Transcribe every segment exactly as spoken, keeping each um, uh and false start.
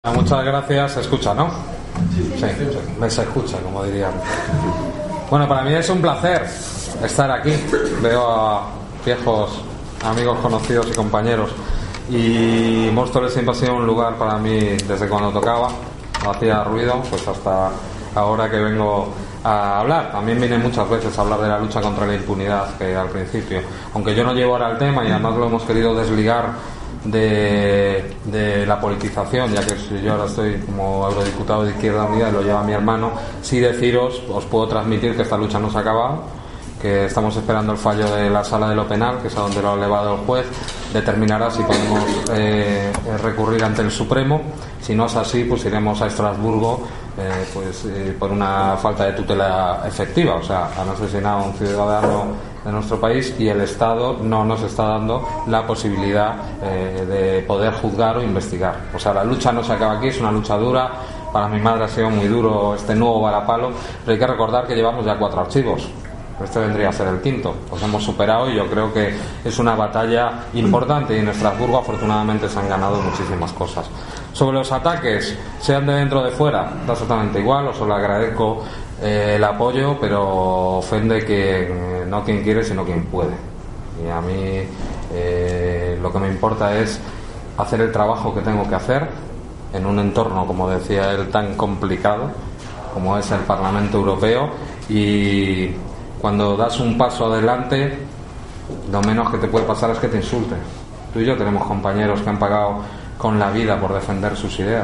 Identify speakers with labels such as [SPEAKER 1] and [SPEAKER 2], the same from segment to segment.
[SPEAKER 1] Muchas gracias. ¿Se escucha, no? Sí, me se escucha, como dirían. Bueno, para mí es un placer estar aquí. Veo a viejos amigos, conocidos y compañeros. Y Móstoles siempre ha sido un lugar para mí desde cuando tocaba. No hacía ruido, pues hasta ahora que vengo a hablar. También vine muchas veces a hablar de la lucha contra la impunidad, que al principio, aunque yo no llevo ahora el tema y además lo hemos querido desligar de, de la politización, ya que yo ahora estoy como eurodiputado de Izquierda Unida y lo lleva mi hermano, sí deciros, os puedo transmitir que esta lucha no se ha acabado, que estamos esperando el fallo de la Sala de lo Penal, que es a donde lo ha elevado el juez, determinará si podemos eh, recurrir ante el Supremo. Si no es así, pues iremos a Estrasburgo eh, pues eh, por una falta de tutela efectiva, o sea, han asesinado a un ciudadano de nuestro país y el Estado no nos está dando la posibilidad eh, de poder juzgar o investigar. O sea, la lucha no se acaba aquí, es una lucha dura. Para mi madre ha sido muy duro este nuevo varapalo, pero hay que recordar que llevamos ya cuatro archivos. Este vendría a ser el quinto. Los hemos superado y yo creo que es una batalla importante, y en Estrasburgo afortunadamente se han ganado muchísimas cosas. Sobre los ataques, sean de dentro o de fuera, da exactamente igual. Os lo agradezco eh, el apoyo, pero ofende que no quien quiere sino quien puede. Y a mí eh, lo que me importa es hacer el trabajo que tengo que hacer en un entorno, como decía él, tan complicado como es el Parlamento Europeo. Y cuando das un paso adelante, lo menos que te puede pasar es que te insulten. Tú y yo tenemos compañeros que han pagado con la vida por defender sus ideas.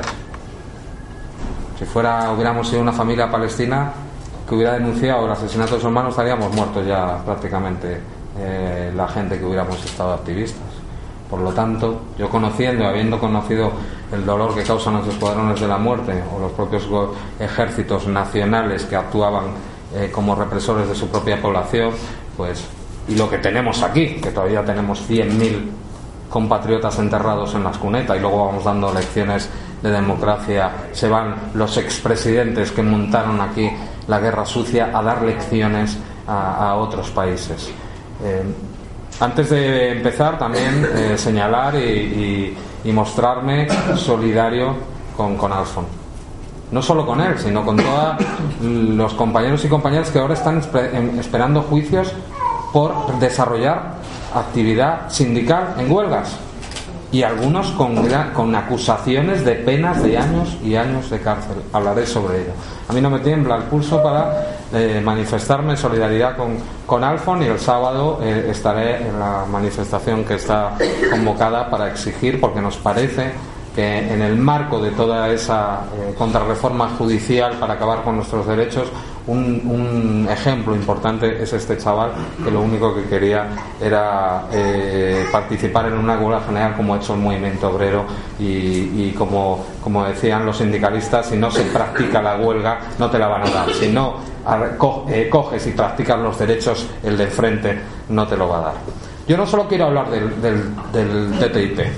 [SPEAKER 1] Si fuera, hubiéramos sido una familia palestina que hubiera denunciado el asesinato de sus hermanos, estaríamos muertos ya prácticamente eh, la gente que hubiéramos estado activistas. Por lo tanto, yo conociendo, habiendo conocido el dolor que causan los escuadrones de la muerte o los propios ejércitos nacionales que actuaban eh, como represores de su propia población, pues, y lo que tenemos aquí, que todavía tenemos cien mil compatriotas enterrados en las cunetas, y luego vamos dando lecciones de democracia, se van los expresidentes que montaron aquí la guerra sucia a dar lecciones a, a otros países. Eh, antes de empezar, también eh, señalar y, y, y mostrarme solidario con, con Alfon. No solo con él, sino con todos los compañeros y compañeras que ahora están esperando juicios por desarrollar actividad sindical en huelgas, y algunos con, con acusaciones de penas de años y años de cárcel. Hablaré sobre ello. A mí no me tiembla el pulso para eh, manifestarme en solidaridad con, con Alfon, y el sábado eh, estaré en la manifestación que está convocada para exigir, porque nos parece que en el marco de toda esa eh, contrarreforma judicial para acabar con nuestros derechos, un, un ejemplo importante es este chaval que lo único que quería era eh, participar en una huelga general, como ha hecho el movimiento obrero, y, y como, como decían los sindicalistas, si no se practica la huelga no te la van a dar, si no co- eh, coges y practicas los derechos, el de enfrente no te lo va a dar. Yo no solo quiero hablar del, del, del T T I P.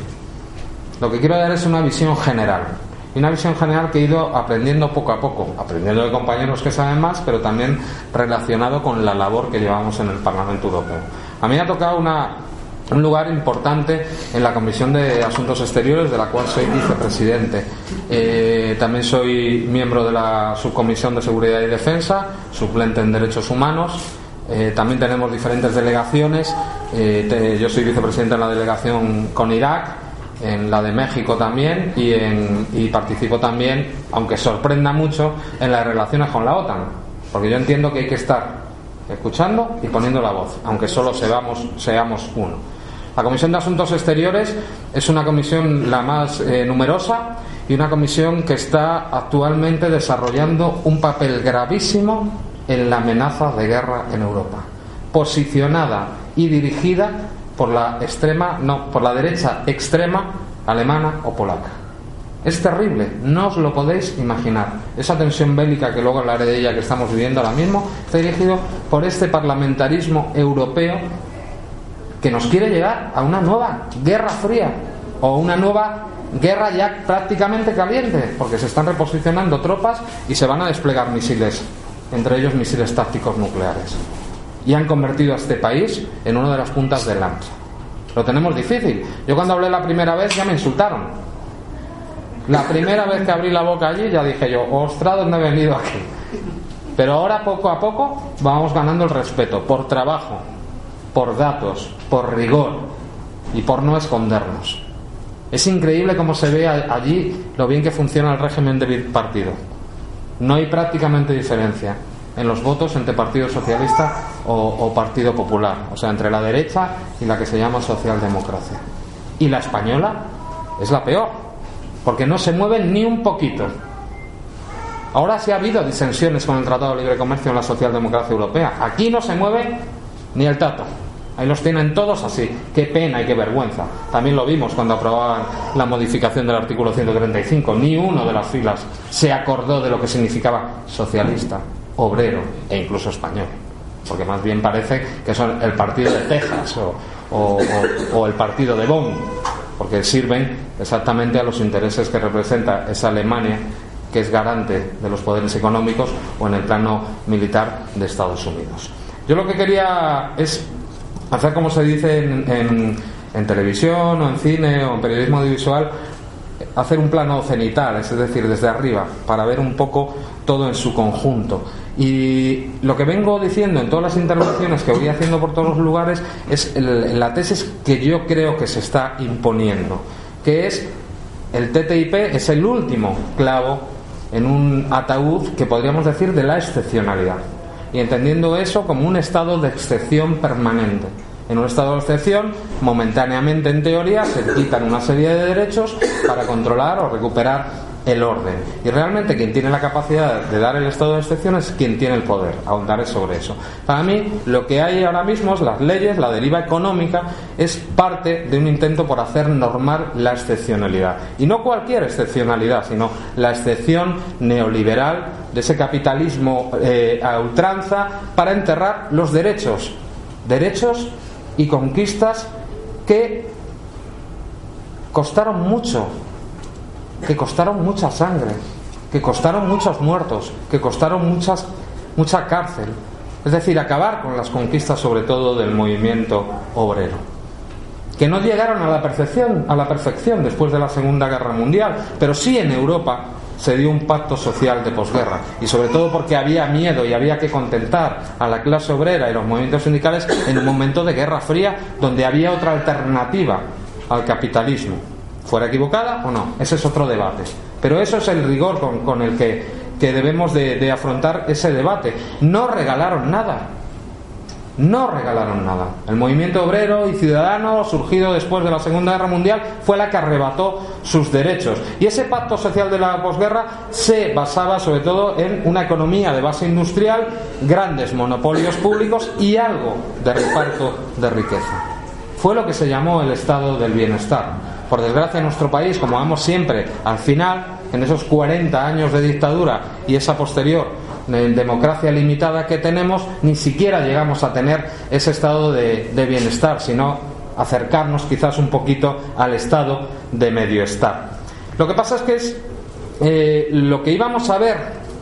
[SPEAKER 1] Lo que quiero dar es una visión general, y una visión general que he ido aprendiendo poco a poco, aprendiendo de compañeros que saben más, pero también relacionado con la labor que llevamos en el Parlamento Europeo. A mí me ha tocado una, un lugar importante en la Comisión de Asuntos Exteriores, de la cual soy vicepresidente. Eh, también soy miembro de la Subcomisión de Seguridad y Defensa, suplente en Derechos Humanos. Eh, también tenemos diferentes delegaciones. Eh, te, yo soy vicepresidente en la delegación con Irak, en la de México también, y, en, y participo también, aunque sorprenda mucho, en las relaciones con la OTAN, porque yo entiendo que hay que estar escuchando y poniendo la voz, aunque solo seamos, seamos uno. La Comisión de Asuntos Exteriores es una comisión la más eh, numerosa, y una comisión que está actualmente desarrollando un papel gravísimo en la amenaza de guerra en Europa, posicionada y dirigida por la extrema, no, por la derecha extrema alemana o polaca. Es terrible, no os lo podéis imaginar. Esa tensión bélica, que luego hablaré de ella, que estamos viviendo ahora mismo, está dirigido por este parlamentarismo europeo que nos quiere llevar a una nueva guerra fría, o una nueva guerra ya prácticamente caliente, porque se están reposicionando tropas y se van a desplegar misiles, entre ellos misiles tácticos nucleares. Y han convertido a este país en una de las puntas de lanza. Lo tenemos difícil. Yo cuando hablé la primera vez ya me insultaron. La primera vez que abrí la boca allí ya dije yo, ostras, ¿dónde he venido aquí? Pero ahora poco a poco vamos ganando el respeto por trabajo, por datos, por rigor y por no escondernos. Es increíble cómo se ve allí lo bien que funciona el régimen de bipartido. No hay prácticamente diferencia en los votos entre Partido Socialista o, o Partido Popular, o sea, entre la derecha y la que se llama socialdemocracia. Y la española es la peor, porque no se mueve ni un poquito. Ahora sí ha habido disensiones con el Tratado de Libre Comercio en la socialdemocracia europea. Aquí no se mueve ni el tato. Ahí los tienen todos así. Qué pena y qué vergüenza. También lo vimos cuando aprobaban la modificación del artículo ciento treinta y cinco. Ni uno de las filas se acordó de lo que significaba socialista, obrero e incluso español. Porque más bien parece que son el partido de Texas o, o, o, o el partido de Bonn, porque sirven exactamente a los intereses que representa esa Alemania, que es garante de los poderes económicos, o en el plano militar de Estados Unidos. Yo lo que quería es hacer, como se dice en, en, en televisión o en cine o en periodismo audiovisual, hacer un plano cenital, es decir, desde arriba, para ver un poco todo en su conjunto. Y lo que vengo diciendo en todas las intervenciones que voy haciendo por todos los lugares es el, la tesis que yo creo que se está imponiendo, que es el T T I P es el último clavo en un ataúd, que podríamos decir, de la excepcionalidad, y entendiendo eso como un estado de excepción permanente. En un estado de excepción, momentáneamente, en teoría, se quitan una serie de derechos para controlar o recuperar el orden. Y realmente quien tiene la capacidad de dar el estado de excepción es quien tiene el poder. Ahondaré sobre eso. Para mí, lo que hay ahora mismo es las leyes, la deriva económica, es parte de un intento por hacer normal la excepcionalidad. Y no cualquier excepcionalidad, sino la excepción neoliberal de ese capitalismo eh, a ultranza, para enterrar los derechos. Derechos y conquistas que costaron mucho, que costaron mucha sangre, que costaron muchos muertos, que costaron muchas, mucha cárcel. Es decir, acabar con las conquistas, sobre todo del movimiento obrero, que no llegaron a la perfección, a la perfección después de la Segunda Guerra Mundial, pero sí en Europa se dio un pacto social de posguerra, y sobre todo porque había miedo y había que contentar a la clase obrera y los movimientos sindicales en un momento de Guerra Fría, donde había otra alternativa al capitalismo. ¿Fuera equivocada o no? Ese es otro debate. Pero eso es el rigor con, con el que, que debemos de, de afrontar ese debate. No regalaron nada. No regalaron nada. El movimiento obrero y ciudadano, surgido después de la Segunda Guerra Mundial, fue la que arrebató sus derechos. Y ese pacto social de la posguerra se basaba sobre todo en una economía de base industrial, grandes monopolios públicos y algo de reparto de riqueza. Fue lo que se llamó el estado del bienestar. Por desgracia, en nuestro país, como vamos siempre, al final, en esos cuarenta años de dictadura y esa posterior de democracia limitada que tenemos, ni siquiera llegamos a tener ese estado de, de bienestar, sino acercarnos quizás un poquito al estado de medio estar. Lo que pasa es que es eh, lo que íbamos a ver,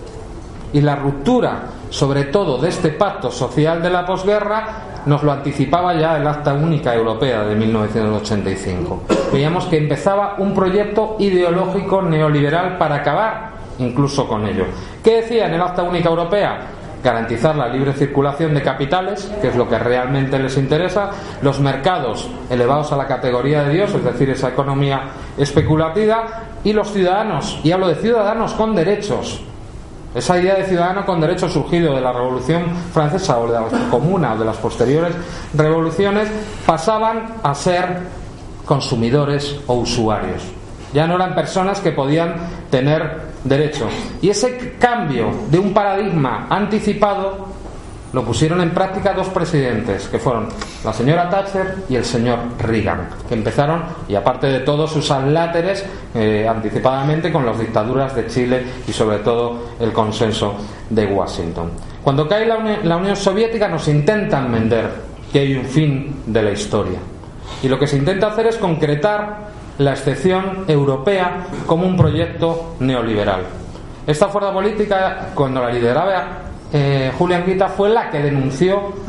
[SPEAKER 1] y la ruptura, sobre todo, de este pacto social de la posguerra, nos lo anticipaba ya el Acta Única Europea de mil novecientos ochenta y cinco. Veíamos que empezaba un proyecto ideológico neoliberal para acabar incluso con ello. ¿Qué decía en el Acta Única Europea? Garantizar la libre circulación de capitales, que es lo que realmente les interesa, los mercados elevados a la categoría de Dios, es decir, esa economía especulativa, y los ciudadanos, y hablo de ciudadanos con derechos. Esa idea de ciudadano con derecho, surgido de la Revolución Francesa o de la Comuna o de las posteriores revoluciones, pasaban a ser consumidores o usuarios. Ya no eran personas que podían tener derechos. Y ese cambio de un paradigma anticipado lo pusieron en práctica dos presidentes, que fueron la señora Thatcher y el señor Reagan, que empezaron, y aparte de todos sus adláteres, eh, anticipadamente con las dictaduras de Chile y sobre todo el consenso de Washington. Cuando cae la, Uni- la Unión Soviética, nos intentan vender que hay un fin de la historia, y lo que se intenta hacer es concretar la excepción europea como un proyecto neoliberal. Esta fuerza política, cuando la lideraba Eh, Julián Guita, fue la que denunció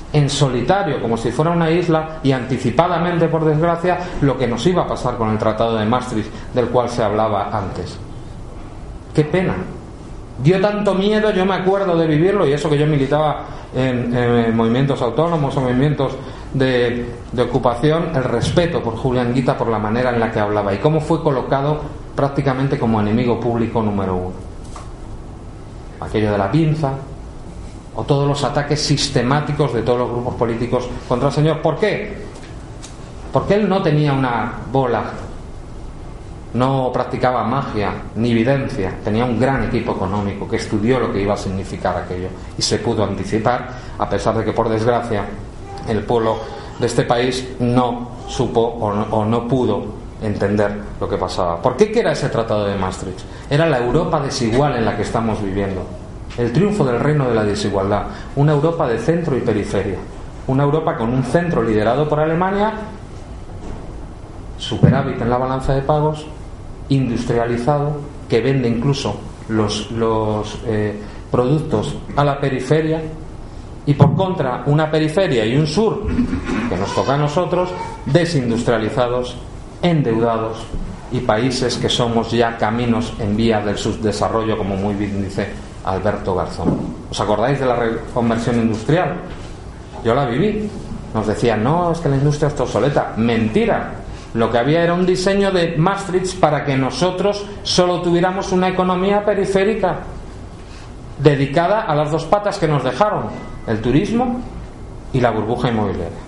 [SPEAKER 1] en solitario, como si fuera una isla, y anticipadamente, por desgracia, lo que nos iba a pasar con el Tratado de Maastricht, del cual se hablaba antes. ¡Qué pena! Dio tanto miedo, yo me acuerdo de vivirlo, y eso que yo militaba en, en movimientos autónomos o movimientos de, de ocupación, el respeto por Julián Guita, por la manera en la que hablaba y cómo fue colocado prácticamente como enemigo público número uno. Aquello de la pinza, o todos los ataques sistemáticos de todos los grupos políticos contra el señor. ¿Por qué? Porque él no tenía una bola, no practicaba magia ni evidencia, tenía un gran equipo económico que estudió lo que iba a significar aquello y se pudo anticipar, a pesar de que, por desgracia, el pueblo de este país no supo o no, o no pudo entender lo que pasaba. ¿Por qué? ¿Qué era ese Tratado de Maastricht? Era la Europa desigual en la que estamos viviendo, el triunfo del reino de la desigualdad, una Europa de centro y periferia, una Europa con un centro liderado por Alemania, superávit en la balanza de pagos, industrializado, que vende incluso los, los eh, productos a la periferia, y por contra una periferia y un sur que nos toca a nosotros, desindustrializados, endeudados, y países que somos ya caminos en vía del subdesarrollo, como muy bien dice Alberto Garzón. ¿Os acordáis de la reconversión industrial? Yo la viví. Nos decían, no, es que la industria está obsoleta. Mentira. Lo que había era un diseño de Maastricht para que nosotros solo tuviéramos una economía periférica dedicada a las dos patas que nos dejaron, el turismo y la burbuja inmobiliaria.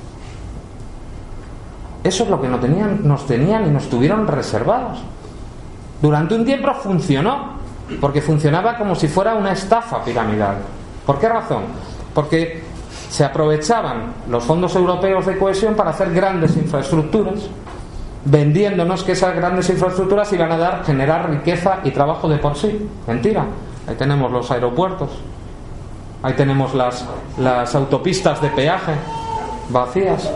[SPEAKER 1] Eso es lo que nos tenían, nos tenían y nos tuvieron reservados. Durante un tiempo funcionó, porque funcionaba como si fuera una estafa piramidal. ¿Por qué razón? Porque se aprovechaban los fondos europeos de cohesión para hacer grandes infraestructuras, vendiéndonos que esas grandes infraestructuras iban a dar, generar riqueza y trabajo de por sí. Mentira. Ahí tenemos los aeropuertos, ahí tenemos las, las autopistas de peaje vacías.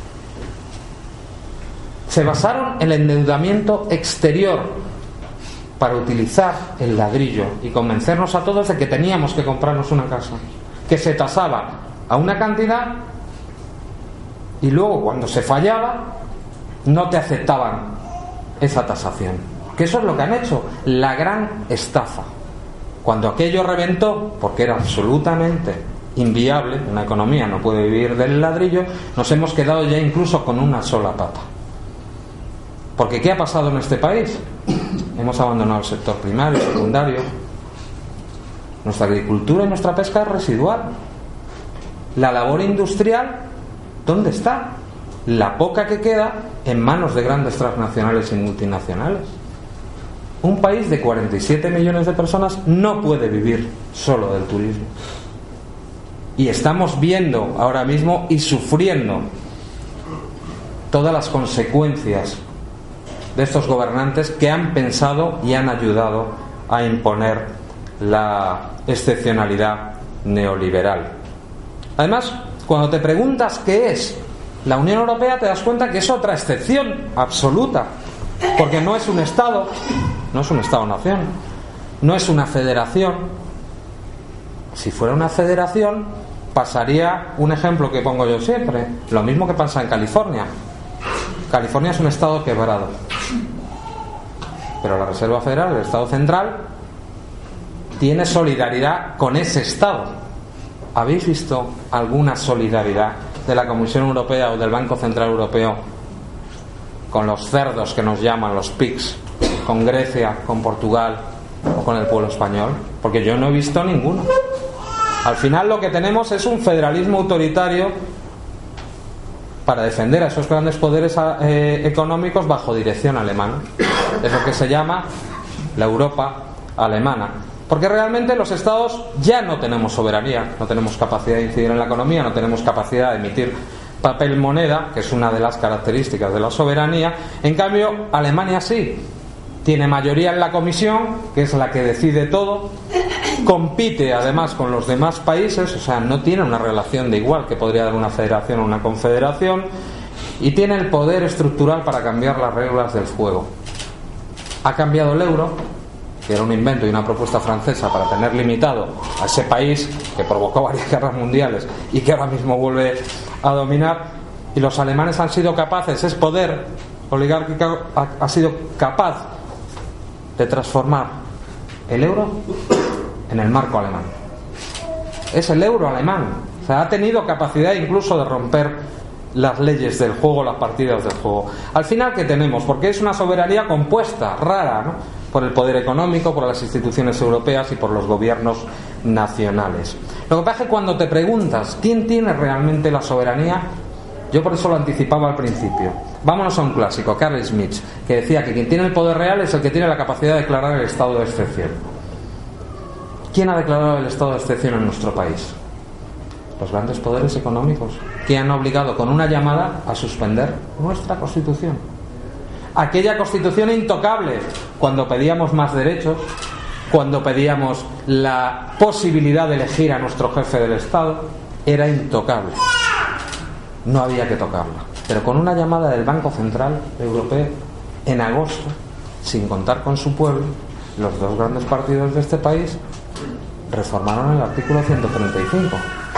[SPEAKER 1] Se basaron en el endeudamiento exterior para utilizar el ladrillo y convencernos a todos de que teníamos que comprarnos una casa, que se tasaba a una cantidad y luego, cuando se fallaba, no te aceptaban esa tasación. Que eso es lo que han hecho, la gran estafa. Cuando aquello reventó, porque era absolutamente inviable, una economía no puede vivir del ladrillo, nos hemos quedado ya incluso con una sola pata. Porque ¿qué ha pasado en este país? Hemos abandonado el sector primario, secundario. Nuestra agricultura y nuestra pesca es residual. La labor industrial, ¿dónde está? La poca que queda en manos de grandes transnacionales y multinacionales. Un país de cuarenta y siete millones de personas no puede vivir solo del turismo. Y estamos viendo ahora mismo y sufriendo todas las consecuencias de estos gobernantes que han pensado y han ayudado a imponer la excepcionalidad neoliberal. Además, cuando te preguntas qué es la Unión Europea, te das cuenta que es otra excepción absoluta, porque no es un Estado, no es un Estado-nación, no es una federación. Si fuera una federación, pasaría un ejemplo que pongo yo siempre, lo mismo que pasa en California. California es un estado quebrado, pero la Reserva Federal, el Estado Central, tiene solidaridad con ese estado. ¿Habéis visto alguna solidaridad de la Comisión Europea o del Banco Central Europeo con los cerdos que nos llaman los pigs, con Grecia, con Portugal o con el pueblo español? Porque yo no he visto ninguno. Al final lo que tenemos es un federalismo autoritario para defender a esos grandes poderes eh, económicos bajo dirección alemana. Es lo que se llama la Europa alemana. Porque realmente los estados ya no tenemos soberanía, no tenemos capacidad de incidir en la economía, no tenemos capacidad de emitir papel moneda, que es una de las características de la soberanía. En cambio, Alemania sí. Tiene mayoría en la Comisión, que es la que decide todo, compite además con los demás países, o sea, no tiene una relación de igual que podría dar una federación o una confederación, y tiene el poder estructural para cambiar las reglas del juego. Ha cambiado el euro, que era un invento y una propuesta francesa para tener limitado a ese país que provocó varias guerras mundiales y que ahora mismo vuelve a dominar. Y los alemanes han sido capaces, ese poder oligárquico ha, ha sido capaz de transformar el euro en el marco alemán. Es el euro alemán. O sea, ha tenido capacidad incluso de romper las leyes del juego, las partidas del juego. Al final, ¿qué tenemos? Porque es una soberanía compuesta, rara, ¿no?, por el poder económico, por las instituciones europeas y por los gobiernos nacionales. Lo que pasa es que cuando te preguntas quién tiene realmente la soberanía, yo por eso lo anticipaba al principio. Vámonos a un clásico, Carl Schmitt, que decía que quien tiene el poder real es el que tiene la capacidad de declarar el estado de excepción. ¿Quién ha declarado el estado de excepción en nuestro país? Los grandes poderes económicos, que han obligado con una llamada a suspender nuestra Constitución. Aquella Constitución intocable, cuando pedíamos más derechos, cuando pedíamos la posibilidad de elegir a nuestro jefe del Estado, era intocable. No había que tocarla. Pero con una llamada del Banco Central Europeo, en agosto, sin contar con su pueblo, los dos grandes partidos de este país reformaron el artículo ciento treinta y cinco.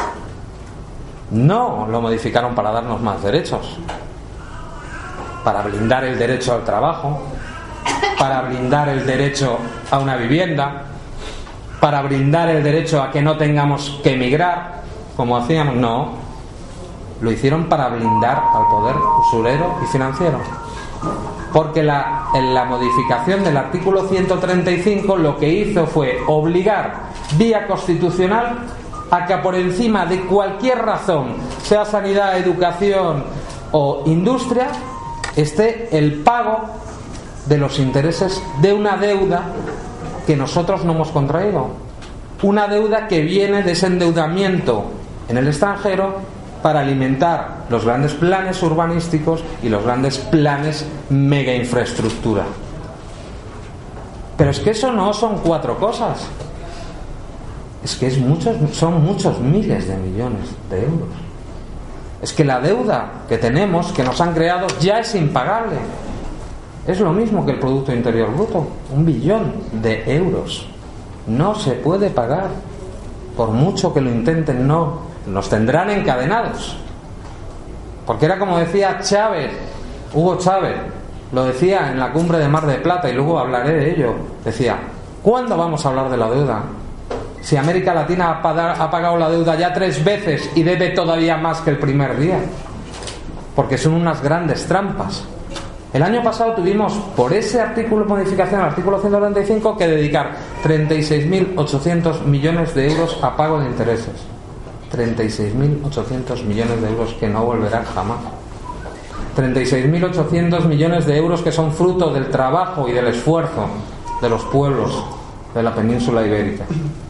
[SPEAKER 1] No lo modificaron para darnos más derechos, para blindar el derecho al trabajo, para blindar el derecho a una vivienda, para blindar el derecho a que no tengamos que emigrar, como hacíamos. No, lo hicieron para blindar al poder usurero y financiero. Porque la, en la modificación del artículo ciento treinta y cinco lo que hizo fue obligar vía constitucional a que por encima de cualquier razón, sea sanidad, educación o industria, esté el pago de los intereses de una deuda que nosotros no hemos contraído. Una deuda que viene de ese endeudamiento en el extranjero para alimentar los grandes planes urbanísticos y los grandes planes mega infraestructura. Pero es que eso no son cuatro cosas. Es que es muchos, son muchos miles de millones de euros. Es que la deuda que tenemos, que nos han creado, ya es impagable. Es lo mismo que el Producto Interior Bruto, un billón de euros. No se puede pagar. Por mucho que lo intenten, no. Nos tendrán encadenados. Porque era como decía Chávez, Hugo Chávez, lo decía en la cumbre de Mar del Plata, y luego hablaré de ello. Decía, ¿cuándo vamos a hablar de la deuda? Si América Latina ha pagado la deuda ya tres veces y debe todavía más que el primer día. Porque son unas grandes trampas. El año pasado tuvimos, por ese artículo de modificación, al artículo ciento treinta y cinco, que dedicar treinta y seis mil ochocientos millones de euros a pago de intereses. treinta y seis mil ochocientos millones de euros que no volverán jamás. treinta y seis mil ochocientos millones de euros que son fruto del trabajo y del esfuerzo de los pueblos de la península ibérica.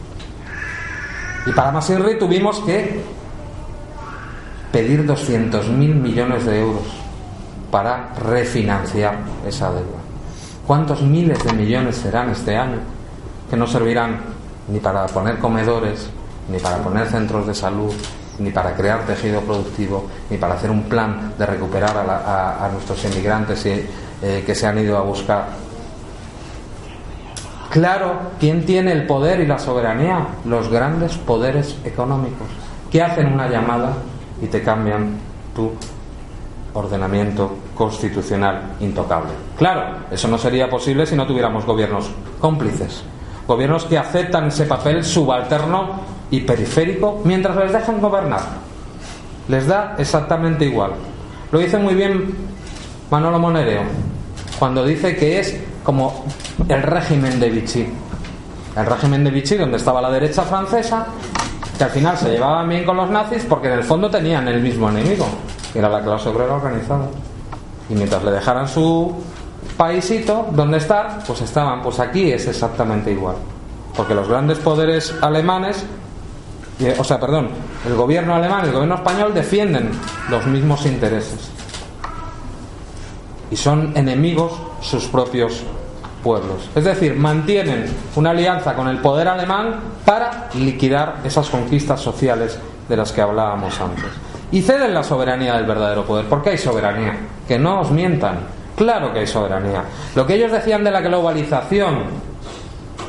[SPEAKER 1] Y para más irri tuvimos que pedir doscientos mil millones de euros para refinanciar esa deuda. ¿Cuántos miles de millones serán este año? Que no servirán ni para poner comedores, ni para poner centros de salud, ni para crear tejido productivo, ni para hacer un plan de recuperar a, la, a, a nuestros inmigrantes y, eh, que se han ido a buscar. Claro, ¿quién tiene el poder y la soberanía? Los grandes poderes económicos, que hacen una llamada y te cambian tu ordenamiento constitucional intocable. Claro, eso no sería posible si no tuviéramos gobiernos cómplices, gobiernos que aceptan ese papel subalterno y periférico mientras les dejan gobernar. Les da exactamente igual. Lo dice muy bien Manolo Monereo cuando dice que es como el régimen de Vichy. El régimen de Vichy, donde estaba la derecha francesa, que al final se llevaban bien con los nazis porque en el fondo tenían el mismo enemigo, que era la clase obrera organizada. Y mientras le dejaran su paisito donde estar, pues estaban. Pues aquí es exactamente igual, porque los grandes poderes alemanes, o sea, perdón, el gobierno alemán y el gobierno español defienden los mismos intereses y son enemigos sus propios pueblos. Es decir, mantienen una alianza con el poder alemán para liquidar esas conquistas sociales de las que hablábamos antes. Y ceden la soberanía del verdadero poder. ¿Por qué hay soberanía? Que no os mientan. Claro que hay soberanía. Lo que ellos decían de la globalización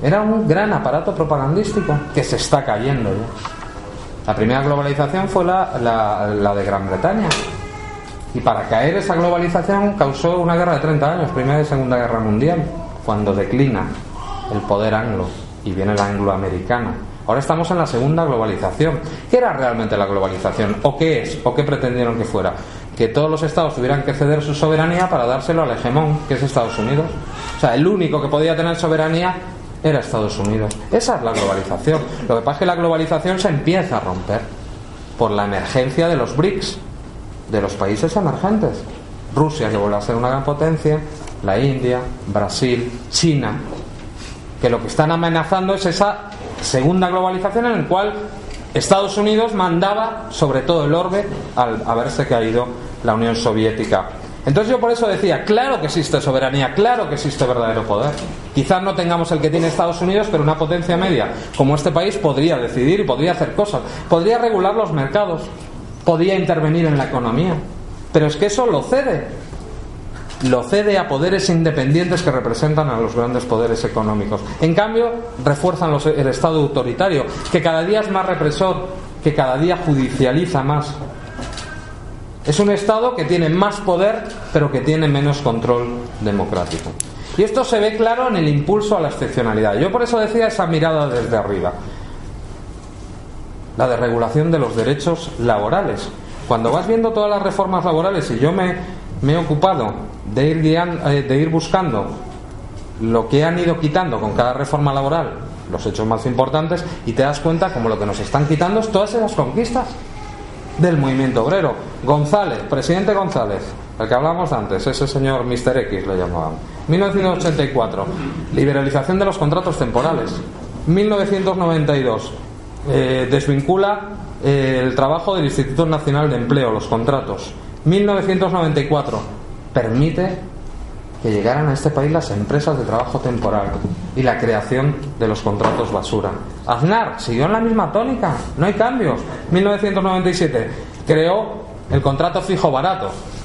[SPEAKER 1] Era un gran aparato propagandístico que se está cayendo ya. La primera globalización fue la, la, la de Gran Bretaña. Y para caer esa globalización causó una guerra de treinta años, Primera y Segunda Guerra Mundial, cuando declina el poder anglo y viene la angloamericana. Ahora estamos en la segunda globalización. ¿Qué era realmente la globalización? ¿O qué es? ¿O qué pretendieron que fuera? Que todos los estados tuvieran que ceder su soberanía para dárselo al hegemón, que es Estados Unidos. O sea, el único que podía tener soberanía era Estados Unidos. Esa es la globalización. Lo que pasa es que la globalización se empieza a romper por la emergencia de los B R I C S, de los países emergentes. Rusia, que vuelve a ser una gran potencia, la India, Brasil, China, que lo que están amenazando es esa segunda globalización en la cual Estados Unidos mandaba sobre todo el orbe al haberse caído la Unión Soviética. Entonces yo por eso decía, claro que existe soberanía, claro que existe verdadero poder. Quizás no tengamos el que tiene Estados Unidos, pero una potencia media como este país podría decidir y podría hacer cosas, podría regular los mercados, podía intervenir en la economía, pero es que eso lo cede lo cede a poderes independientes que representan a los grandes poderes económicos. En cambio, refuerzan los, el Estado autoritario, que cada día es más represor, que cada día judicializa más. Es un Estado que tiene más poder, pero que tiene menos control democrático. Y esto se ve claro en el impulso a la excepcionalidad. Yo por eso decía esa mirada desde arriba, la desregulación de los derechos laborales. Cuando vas viendo todas las reformas laborales, y yo me, me he ocupado de ir, guiando, eh, de ir buscando lo que han ido quitando con cada reforma laboral, los hechos más importantes, y te das cuenta como lo que nos están quitando es todas esas conquistas del movimiento obrero. González, presidente González, el que hablamos antes, ese señor mister X le llamaban. mil novecientos ochenta y cuatro, liberalización de los contratos temporales. mil novecientos noventa y dos, eh, desvincula eh, el trabajo del Instituto Nacional de Empleo, los contratos. mil novecientos noventa y cuatro, permite que llegaran a este país las empresas de trabajo temporal y la creación de los contratos basura. Aznar siguió en la misma tónica, no hay cambios. mil novecientos noventa y siete creó el contrato fijo barato,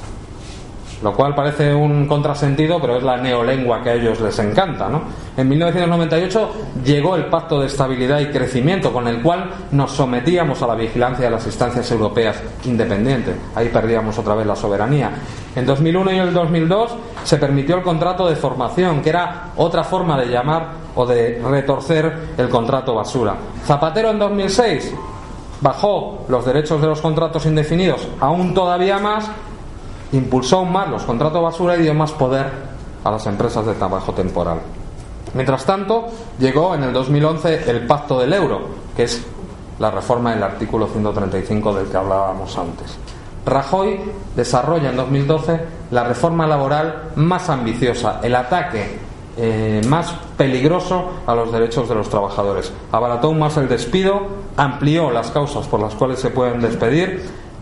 [SPEAKER 1] lo cual parece un contrasentido, pero es la neolengua que a ellos les encanta, ¿no? En mil novecientos noventa y ocho llegó el Pacto de Estabilidad y Crecimiento, con el cual nos sometíamos a la vigilancia de las instancias europeas independientes. Ahí perdíamos otra vez la soberanía. En dos mil uno y el dos mil dos se permitió el contrato de formación, que era otra forma de llamar o de retorcer el contrato basura. Zapatero en dos mil seis bajó los derechos de los contratos indefinidos aún todavía más, impulsó aún más los contratos basura y dio más poder a las empresas de trabajo temporal. Mientras tanto, llegó en el dos mil once el Pacto del Euro, que es la reforma del artículo ciento treinta y cinco del que hablábamos antes. Rajoy desarrolla en dos mil doce la reforma laboral más ambiciosa, el ataque eh, más peligroso a los derechos de los trabajadores. Abarató aún más el despido, amplió las causas por las cuales se pueden despedir,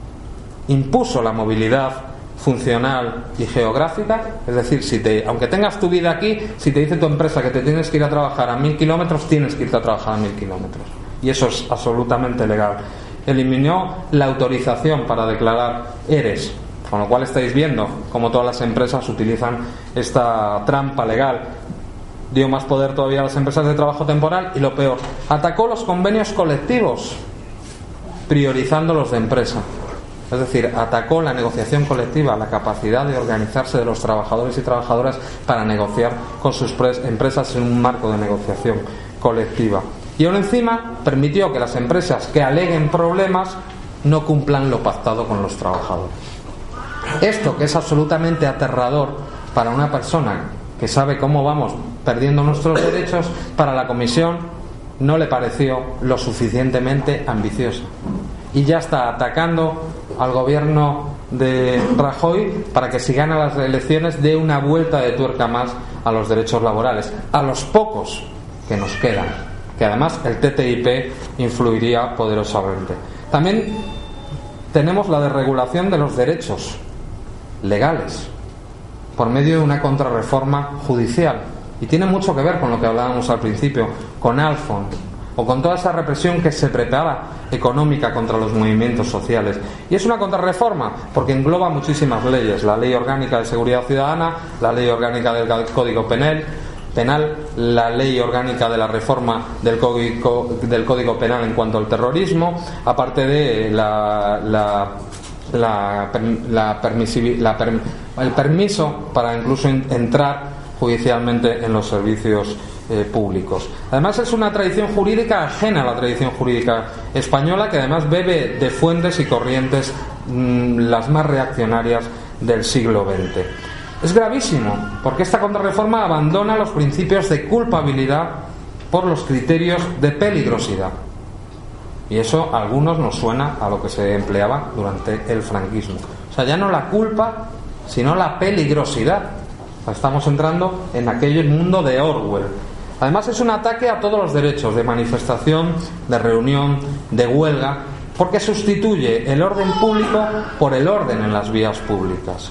[SPEAKER 1] impuso la movilidad funcional y geográfica, es decir, si te, aunque tengas tu vida aquí, si te dice tu empresa que te tienes que ir a trabajar a mil kilómetros, tienes que irte a trabajar a mil kilómetros, y eso es absolutamente legal. Eliminó la autorización para declarar ERES, con lo cual estáis viendo cómo todas las empresas utilizan esta trampa legal. Dio más poder todavía a las empresas de trabajo temporal, y lo peor, atacó los convenios colectivos, priorizando los de empresa. Es decir, atacó la negociación colectiva, la capacidad de organizarse de los trabajadores y trabajadoras para negociar con sus empresas en un marco de negociación colectiva. Y aún encima permitió que las empresas que aleguen problemas no cumplan lo pactado con los trabajadores. Esto, que es absolutamente aterrador para una persona que sabe cómo vamos perdiendo nuestros derechos, para la Comisión no le pareció lo suficientemente ambicioso. Y ya está atacando al gobierno de Rajoy para que si gana las elecciones dé una vuelta de tuerca más a los derechos laborales, a los pocos que nos quedan, que además el T T I P influiría poderosamente. También tenemos la desregulación de los derechos legales por medio de una contrarreforma judicial, y tiene mucho que ver con lo que hablábamos al principio, con Alfon, o con toda esa represión que se prepara económica contra los movimientos sociales. Y es una contrarreforma porque engloba muchísimas leyes: la Ley Orgánica de Seguridad Ciudadana, la Ley Orgánica del Código Penal, penal, la ley orgánica de la reforma del código, del código penal en cuanto al terrorismo, aparte de la, la, la, la, permisivi, la per, el permiso para incluso entrar judicialmente en los servicios eh, públicos. Además es una tradición jurídica ajena a la tradición jurídica española, que además bebe de fuentes y corrientes mmm, las más reaccionarias del siglo veinte. Es gravísimo, porque esta contrarreforma abandona los principios de culpabilidad por los criterios de peligrosidad. Y eso a algunos nos suena a lo que se empleaba durante el franquismo. O sea, ya no la culpa, sino la peligrosidad. O sea, estamos entrando en aquel mundo de Orwell. Además es un ataque a todos los derechos de manifestación, de reunión, de huelga, porque sustituye el orden público por el orden en las vías públicas.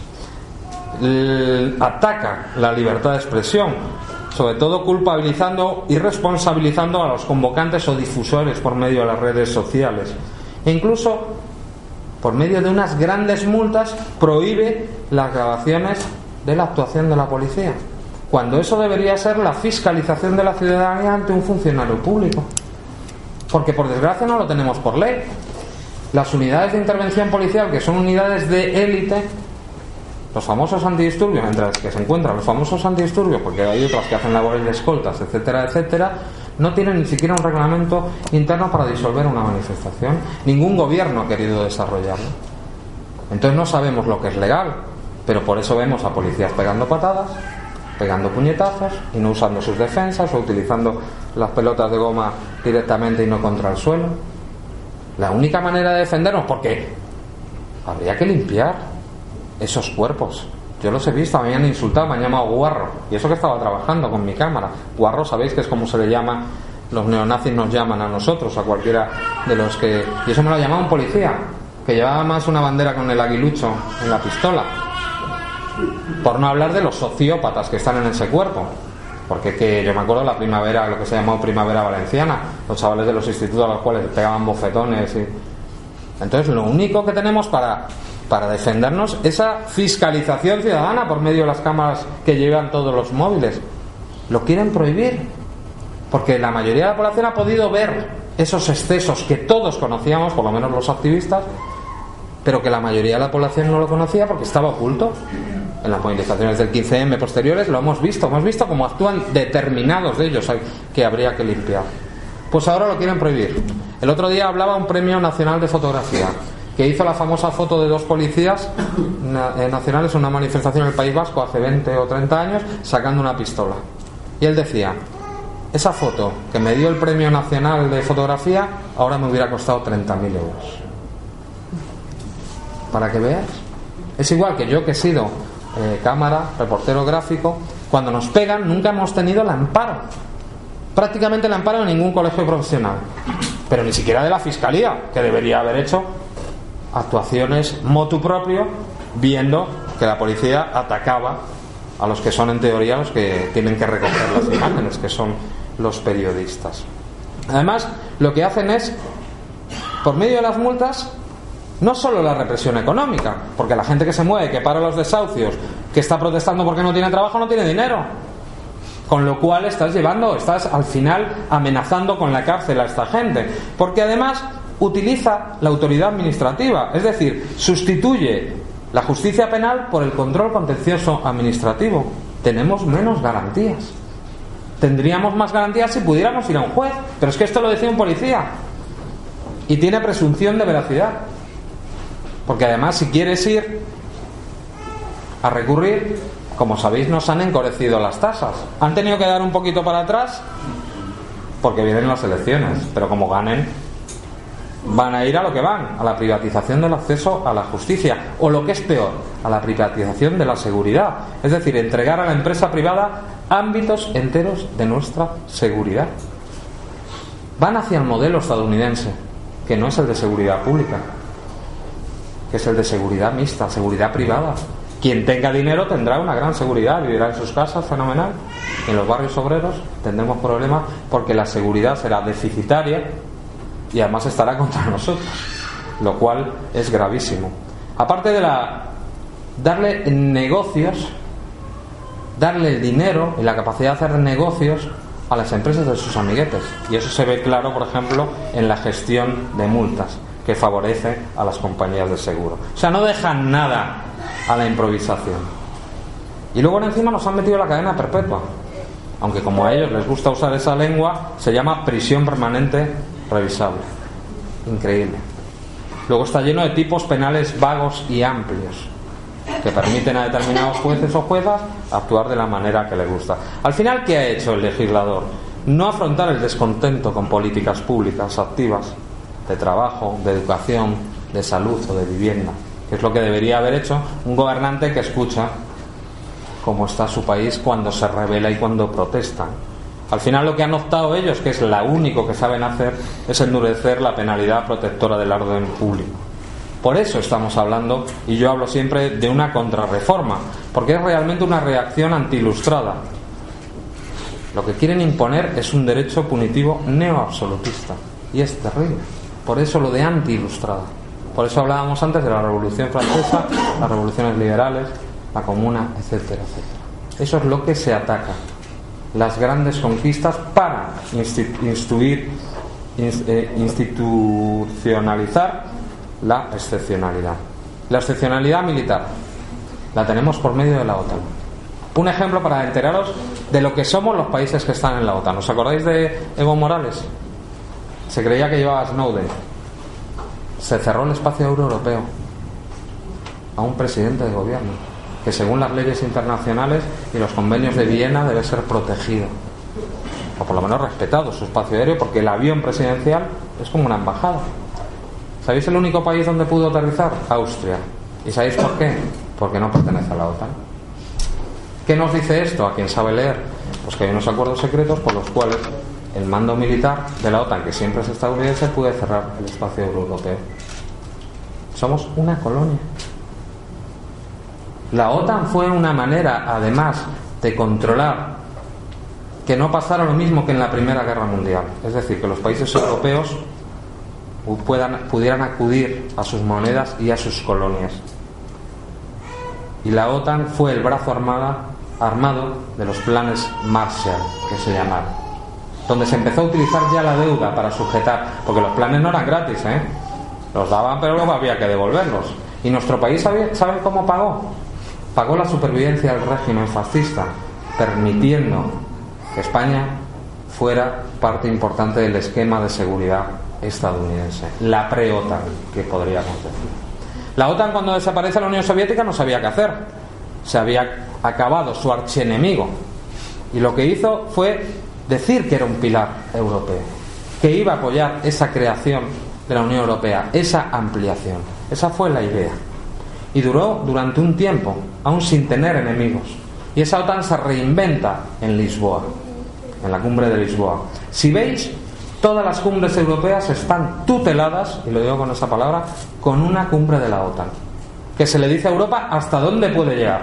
[SPEAKER 1] Ataca la libertad de expresión, sobre todo culpabilizando y responsabilizando a los convocantes o difusores por medio de las redes sociales, e incluso por medio de unas grandes multas prohíbe las grabaciones de la actuación de la policía, cuando eso debería ser la fiscalización de la ciudadanía ante un funcionario público, porque por desgracia no lo tenemos por ley. Las unidades de intervención policial, que son unidades de élite, los famosos antidisturbios, entre las que se encuentran los famosos antidisturbios, porque hay otras que hacen labores de escoltas, etcétera, etcétera, no tienen ni siquiera un reglamento interno para disolver una manifestación. Ningún gobierno ha querido desarrollarlo. Entonces no sabemos lo que es legal, pero por eso vemos a policías pegando patadas, pegando puñetazos y no usando sus defensas, o utilizando las pelotas de goma directamente y no contra el suelo. La única manera de defendernos, porque habría que limpiar esos cuerpos. Yo los he visto, a mí me han insultado, me han llamado guarro, y eso que estaba trabajando con mi cámara. Guarro, sabéis que es como se le llama, los neonazis nos llaman a nosotros, a cualquiera de los que... Y eso me lo ha llamado un policía, que llevaba más una bandera con el aguilucho en la pistola. Por no hablar de los sociópatas que están en ese cuerpo, porque que yo me acuerdo de la primavera, lo que se llamó primavera valenciana, los chavales de los institutos a los cuales pegaban bofetones y... Entonces lo único que tenemos para, para defendernos es esa fiscalización ciudadana por medio de las cámaras que llevan todos los móviles. Lo quieren prohibir, porque la mayoría de la población ha podido ver esos excesos que todos conocíamos, por lo menos los activistas, pero que la mayoría de la población no lo conocía porque estaba oculto. En las movilizaciones del quince eme posteriores lo hemos visto, hemos visto cómo actúan determinados de ellos que habría que limpiar. Pues ahora lo quieren prohibir. El otro día hablaba un premio nacional de fotografía que hizo la famosa foto de dos policías nacionales en una manifestación en el País Vasco hace veinte o treinta años sacando una pistola. Y él decía: esa foto que me dio el premio nacional de fotografía ahora me hubiera costado treinta mil euros. Para que veas. Es igual que yo, que he sido eh, cámara, reportero gráfico, cuando nos pegan nunca hemos tenido el amparo, prácticamente el amparo de ningún colegio profesional, pero ni siquiera de la fiscalía, que debería haber hecho actuaciones motu propio, viendo que la policía atacaba a los que son en teoría los que tienen que recoger las imágenes, que son los periodistas. Además, lo que hacen es, por medio de las multas, no solo la represión económica, porque la gente que se mueve, que para los desahucios, que está protestando porque no tiene trabajo, no tiene dinero, con lo cual estás llevando, estás al final amenazando con la cárcel a esta gente, porque además utiliza la autoridad administrativa, es decir, sustituye la justicia penal por el control contencioso administrativo. Tenemos menos garantías. Tendríamos más garantías si pudiéramos ir a un juez, pero es que esto lo decía un policía y tiene presunción de veracidad, porque además si quieres ir a recurrir, como sabéis, nos han encarecido las tasas. Han tenido que dar un poquito para atrás porque vienen las elecciones, pero como ganen van a ir a lo que van, a la privatización del acceso a la justicia, o lo que es peor, a la privatización de la seguridad, es decir, entregar a la empresa privada ámbitos enteros de nuestra seguridad. Van hacia el modelo estadounidense, que no es el de seguridad pública, que es el de seguridad mixta, seguridad privada. Quien tenga dinero tendrá una gran seguridad, vivirá en sus casas fenomenal. En los barrios obreros tendremos problemas porque la seguridad será deficitaria y además estará contra nosotros, lo cual es gravísimo. Aparte de la darle negocios darle el dinero y la capacidad de hacer negocios a las empresas de sus amiguetes. Y eso se ve claro, por ejemplo, en la gestión de multas, que favorece a las compañías de seguro. O sea, no dejan nada a la improvisación. Y luego encima nos han metido la cadena perpetua, aunque como a ellos les gusta usar esa lengua, se llama prisión permanente revisable. Increíble. Luego está lleno de tipos penales vagos y amplios que permiten a determinados jueces o juezas actuar de la manera que les gusta. Al final, ¿qué ha hecho el legislador? No afrontar el descontento con políticas públicas activas de trabajo, de educación, de salud o de vivienda, que es lo que debería haber hecho un gobernante que escucha cómo está su país cuando se rebela y cuando protesta. Al final lo que han optado ellos, que es lo único que saben hacer, es endurecer la penalidad protectora del orden público. Por eso estamos hablando, y yo hablo siempre de una contrarreforma, porque es realmente una reacción antiilustrada. Lo que quieren imponer es un derecho punitivo neoabsolutista, y es terrible. Por eso lo de antiilustrada. Por eso hablábamos antes de la Revolución Francesa, las revoluciones liberales, la Comuna, etcétera, etcétera. Eso es lo que se ataca. Las grandes conquistas para instituir, institucionalizar la excepcionalidad. La excepcionalidad militar la tenemos por medio de la OTAN. Un ejemplo para enteraros de lo que somos los países que están en la OTAN. ¿Os acordáis de Evo Morales? Se creía que llevaba Snowden. Se cerró el espacio aéreo europeo a un presidente de gobierno que, según las leyes internacionales y los convenios de Viena, debe ser protegido, o por lo menos respetado su espacio aéreo, porque el avión presidencial es como una embajada. ¿Sabéis el único país donde pudo aterrizar? Austria. ¿Y sabéis por qué? Porque no pertenece a la OTAN. ¿Qué nos dice esto a quien sabe leer? Pues que hay unos acuerdos secretos por los cuales el mando militar de la OTAN, que siempre es estadounidense, puede cerrar el espacio europeo. Somos una colonia. La OTAN fue una manera, además, de controlar que no pasara lo mismo que en la Primera Guerra Mundial. Es decir, que los países europeos puedan, pudieran acudir a sus monedas y a sus colonias. Y la OTAN fue el brazo armada, armado de los planes Marshall, que se llamaron, donde se empezó a utilizar ya la deuda para sujetar, porque los planes no eran gratis, ¿eh? Los daban, pero luego había que devolverlos. Y nuestro país, ¿sabe, ¿sabe cómo pagó? Pagó la supervivencia del régimen fascista, permitiendo que España fuera parte importante del esquema de seguridad estadounidense, la pre-OTAN, que podríamos decir. La OTAN, cuando desaparece la Unión Soviética, no sabía qué hacer. Se había acabado su archienemigo, y lo que hizo fue decir que era un pilar europeo, que iba a apoyar esa creación de la Unión Europea, esa ampliación. Esa fue la idea, y duró durante un tiempo, aún sin tener enemigos. Y esa OTAN se reinventa en Lisboa, en la cumbre de Lisboa. Si veis, todas las cumbres europeas están tuteladas, y lo digo con esa palabra, con una cumbre de la OTAN, que se le dice a Europa hasta dónde puede llegar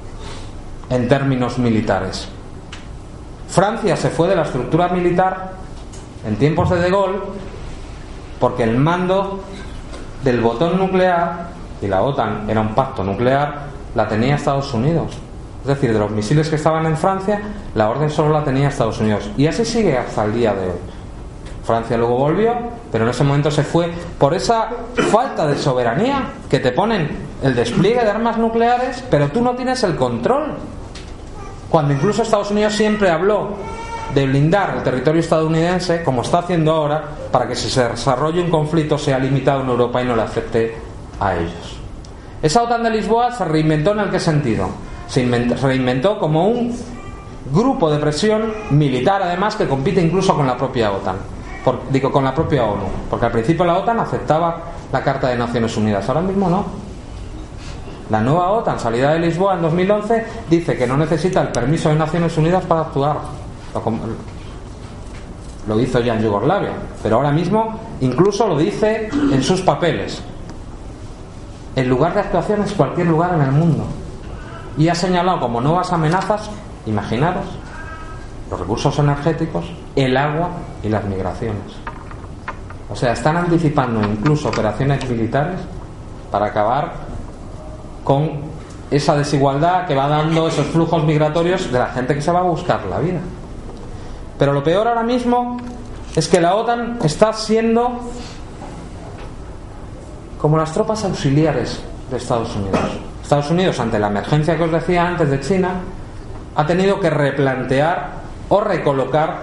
[SPEAKER 1] en términos militares. Francia se fue de la estructura militar en tiempos de De Gaulle porque el mando del botón nuclear, y la OTAN era un pacto nuclear, la tenía Estados Unidos. Es decir, de los misiles que estaban en Francia, la orden solo la tenía Estados Unidos, y así sigue hasta el día de hoy. Francia luego volvió, pero en ese momento se fue por esa falta de soberanía, que te ponen el despliegue de armas nucleares, pero tú no tienes el control. Cuando incluso Estados Unidos siempre habló de blindar el territorio estadounidense, como está haciendo ahora, para que si se desarrolle un conflicto sea limitado en Europa y no le afecte a ellos. Esa OTAN de Lisboa se reinventó, ¿en el qué sentido? Se inventó, se reinventó como un grupo de presión militar, además, que compite incluso con la propia OTAN. Por, digo, con la propia ONU, porque al principio la OTAN aceptaba la Carta de Naciones Unidas, ahora mismo no. La nueva OTAN, salida de Lisboa en dos mil once, dice que no necesita el permiso de Naciones Unidas para actuar. Lo, lo hizo ya en Yugoslavia, pero ahora mismo incluso lo dice en sus papeles. El lugar de actuación es cualquier lugar en el mundo, y ha señalado como nuevas amenazas, imaginaros, los recursos energéticos, el agua y las migraciones. O sea, están anticipando incluso operaciones militares para acabar con esa desigualdad que va dando esos flujos migratorios de la gente que se va a buscar la vida. Pero lo peor ahora mismo es que la OTAN está siendo como las tropas auxiliares de Estados Unidos. Estados Unidos, ante la emergencia que os decía antes de China, ha tenido que replantear o recolocar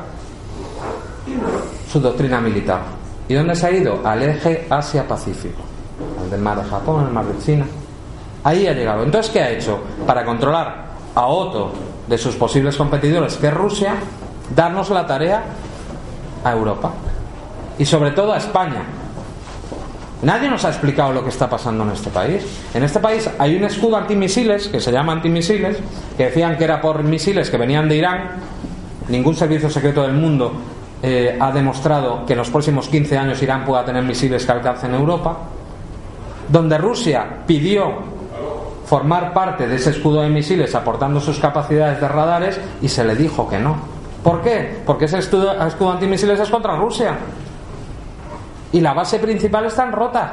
[SPEAKER 1] su doctrina militar. ¿Y dónde se ha ido? Al eje Asia-Pacífico, al del mar de Japón, al mar de China. Ahí ha llegado. Entonces, ¿qué ha hecho? Para controlar a otro de sus posibles competidores, que es Rusia, darnos la tarea a Europa y sobre todo a España. Nadie nos ha explicado lo que está pasando en este país. En este país hay un escudo antimisiles que se llama antimisiles, que decían que era por misiles que venían de Irán. Ningún servicio secreto del mundo eh, ha demostrado que en los próximos quince años Irán pueda tener misiles que alcancen Europa. Donde Rusia pidió formar parte de ese escudo de misiles aportando sus capacidades de radares y se le dijo que no. ¿Por qué? Porque ese escudo, escudo antimisiles es contra Rusia. Y la base principal está en Rota.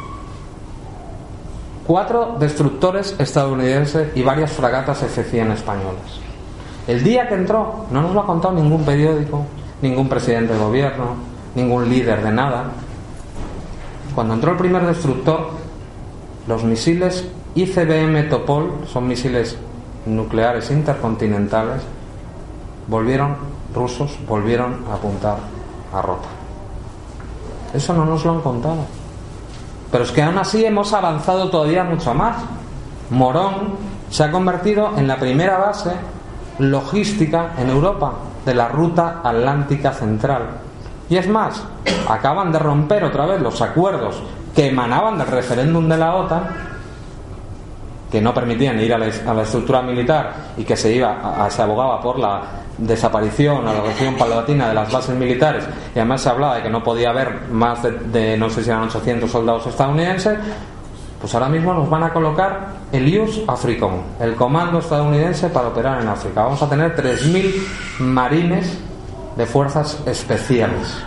[SPEAKER 1] Cuatro destructores estadounidenses y varias fragatas F cien españolas. El día que entró, no nos lo ha contado ningún periódico, ningún presidente de gobierno, ningún líder de nada. Cuando entró el primer destructor, los misiles I C B M Topol, son misiles nucleares intercontinentales, volvieron, rusos, volvieron a apuntar a Rota. Eso no nos lo han contado. Pero es que aún así hemos avanzado todavía mucho más. Morón se ha convertido en la primera base logística en Europa de la ruta atlántica central. Y es más, acaban de romper otra vez los acuerdos que emanaban del referéndum de la OTAN, que no permitían ir a la, a la estructura militar y que se iba a, a, se abogaba por la desaparición o la reducción paulatina de las bases militares, y además se hablaba de que no podía haber más de, de no sé si eran ochocientos soldados estadounidenses. Pues ahora mismo nos van a colocar el U S AFRICOM, el comando estadounidense para operar en África. Vamos a tener tres mil marines de fuerzas especiales.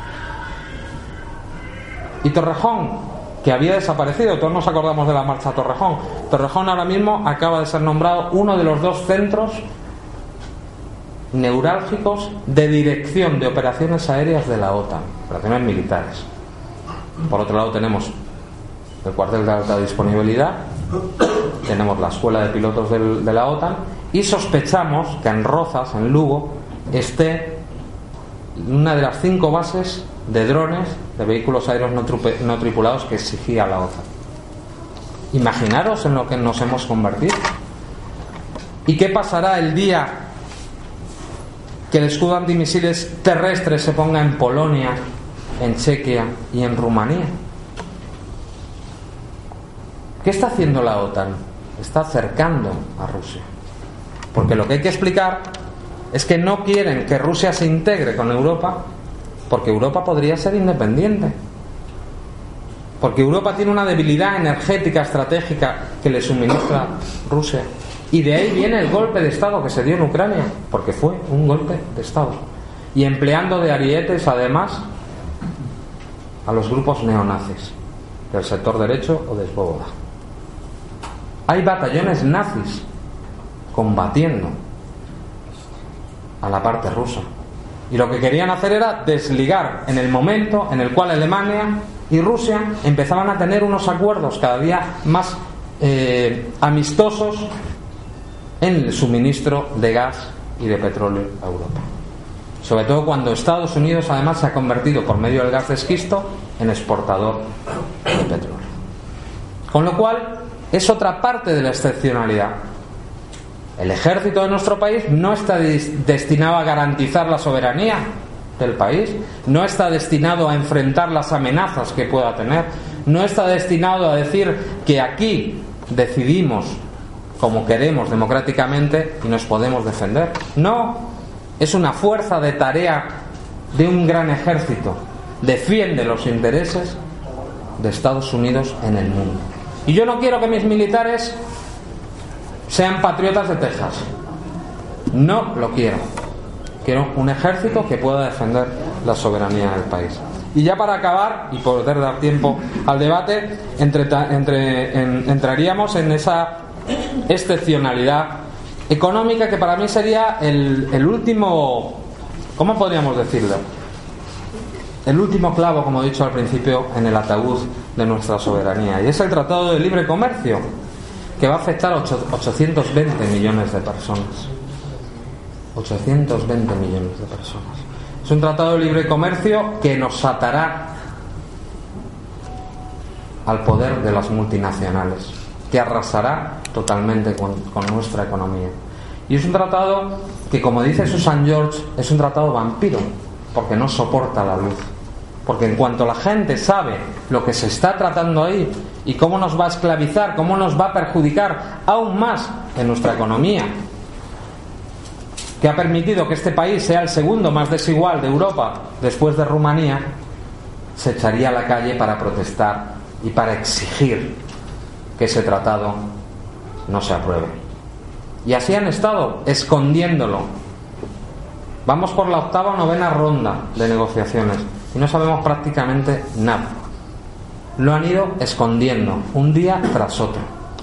[SPEAKER 1] Y Torrejón, que había desaparecido, todos nos acordamos de la marcha a Torrejón. Torrejón ahora mismo acaba de ser nombrado uno de los dos centros neurálgicos de dirección de operaciones aéreas de la OTAN, operaciones militares. Por otro lado tenemos el cuartel de alta disponibilidad, tenemos la escuela de pilotos del, de la OTAN, y sospechamos que en Rozas, en Lugo, esté una de las cinco bases de drones de vehículos aéreos no, trupe, no tripulados que exigía la OTAN. Imaginaros en lo que nos hemos convertido. ¿Y qué pasará el día que el escudo antimisiles terrestre se ponga en Polonia, en Chequia y en Rumanía? ¿Qué está haciendo la OTAN? Está acercando a Rusia. Porque lo que hay que explicar es que no quieren que Rusia se integre con Europa, porque Europa podría ser independiente. Porque Europa tiene una debilidad energética estratégica que le suministra Rusia. Y de ahí viene el golpe de Estado que se dio en Ucrania, porque fue un golpe de Estado. Y empleando de arietes, además, a los grupos neonazis del sector derecho o de Svoboda. Hay batallones nazis combatiendo a la parte rusa. Y lo que querían hacer era desligar en el momento en el cual Alemania y Rusia empezaban a tener unos acuerdos cada día más eh, amistosos en el suministro de gas y de petróleo a Europa. Sobre todo cuando Estados Unidos además se ha convertido por medio del gas de esquisto en exportador de petróleo. Con lo cual es otra parte de la excepcionalidad. El ejército de nuestro país no está destinado a garantizar la soberanía del país, no está destinado a enfrentar las amenazas que pueda tener, no está destinado a decir que aquí decidimos como queremos democráticamente y nos podemos defender. No, es una fuerza de tarea de un gran ejército, defiende los intereses de Estados Unidos en el mundo. Y yo no quiero que mis militares sean patriotas de Texas, no lo quiero. Quiero un ejército que pueda defender la soberanía del país. Y ya para acabar, y poder dar tiempo al debate, entre, entre, en, entraríamos en esa excepcionalidad económica que para mí sería el, el último, ¿cómo podríamos decirlo? El último clavo, como he dicho al principio, en el ataúd de nuestra soberanía, y es el Tratado de Libre Comercio, que va a afectar a ochocientos veinte millones de personas. ochocientos veinte millones de personas. Es un tratado de libre comercio que nos atará al poder de las multinacionales, que arrasará totalmente con, con nuestra economía. Y es un tratado que, como dice Susan George, es un tratado vampiro, porque no soporta la luz. Porque en cuanto la gente sabe lo que se está tratando ahí y cómo nos va a esclavizar, cómo nos va a perjudicar aún más en nuestra economía, que ha permitido que este país sea el segundo más desigual de Europa después de Rumanía, se echaría a la calle para protestar y para exigir que ese tratado no se apruebe. Y así han estado, escondiéndolo. Vamos por la octava o novena ronda de negociaciones y no sabemos prácticamente nada. Lo han ido escondiendo un día tras otro.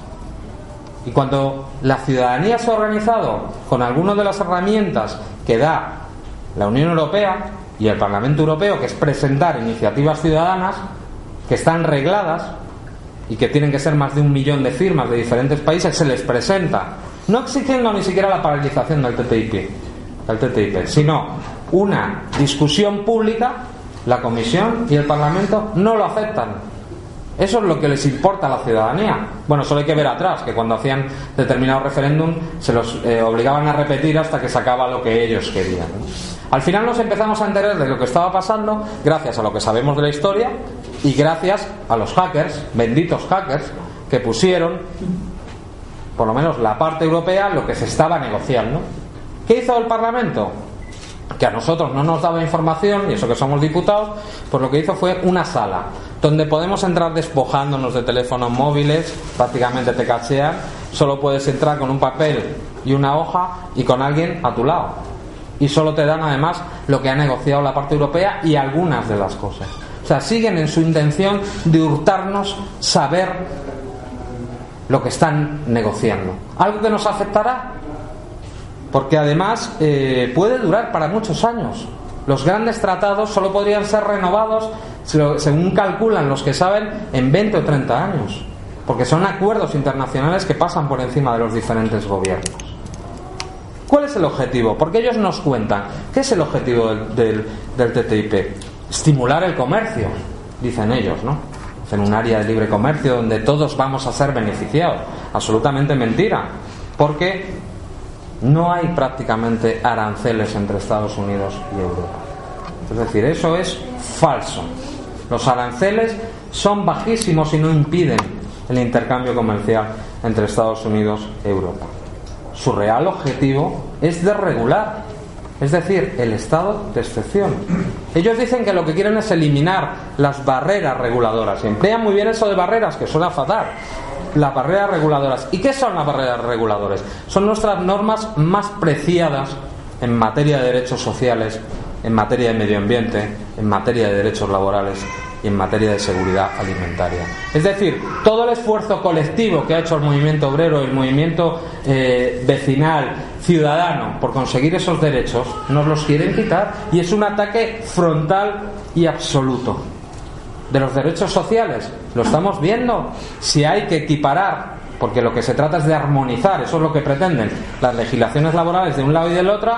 [SPEAKER 1] Y cuando la ciudadanía se ha organizado con algunas de las herramientas que da la Unión Europea y el Parlamento Europeo, que es presentar iniciativas ciudadanas que están regladas y que tienen que ser más de un millón de firmas de diferentes países, se les presenta, no exigiendo ni siquiera la paralización del T T I P, del T T I P, sino una discusión pública, la Comisión y el Parlamento no lo aceptan. Eso es lo que les importa a la ciudadanía. Bueno, solo hay que ver atrás, que cuando hacían determinado referéndum se los eh, obligaban a repetir hasta que sacaba lo que ellos querían, ¿no? Al final nos empezamos a enterar de lo que estaba pasando gracias a lo que sabemos de la historia y gracias a los hackers, benditos hackers, que pusieron, por lo menos la parte europea, lo que se estaba negociando. ¿Qué hizo el Parlamento? Que a nosotros no nos daba información, y eso que somos diputados, pues lo que hizo fue una sala donde podemos entrar despojándonos de teléfonos móviles, prácticamente te cachean, solo puedes entrar con un papel y una hoja y con alguien a tu lado, y solo te dan además lo que ha negociado la parte europea y algunas de las cosas. O sea, siguen en su intención de hurtarnos saber lo que están negociando, algo que nos afectará, porque además eh, puede durar para muchos años. Los grandes tratados solo podrían ser renovados, según calculan los que saben, en veinte o treinta años, porque son acuerdos internacionales que pasan por encima de los diferentes gobiernos. ¿Cuál es el objetivo? Porque ellos nos cuentan. ¿Qué es el objetivo del, del, del T T I P? Estimular el comercio, dicen ellos, ¿no? En un área de libre comercio donde todos vamos a ser beneficiados. Absolutamente mentira, porque no hay prácticamente aranceles entre Estados Unidos y Europa. Es decir, eso es falso. Los aranceles son bajísimos y no impiden el intercambio comercial entre Estados Unidos y Europa. Su real objetivo es desregular, es decir, el estado de excepción. Ellos dicen que lo que quieren es eliminar las barreras reguladoras. Y emplean muy bien eso de barreras, que suena fatal. Las barreras reguladoras. ¿Y qué son las barreras reguladoras? Son nuestras normas más preciadas en materia de derechos sociales, en materia de medio ambiente, en materia de derechos laborales y en materia de seguridad alimentaria. Es decir, todo el esfuerzo colectivo que ha hecho el movimiento obrero, el movimiento eh, vecinal, ciudadano, por conseguir esos derechos, nos los quieren quitar, y es un ataque frontal y absoluto. De los derechos sociales, lo estamos viendo. Si hay que equiparar, porque lo que se trata es de armonizar, eso es lo que pretenden, las legislaciones laborales de un lado y del otro,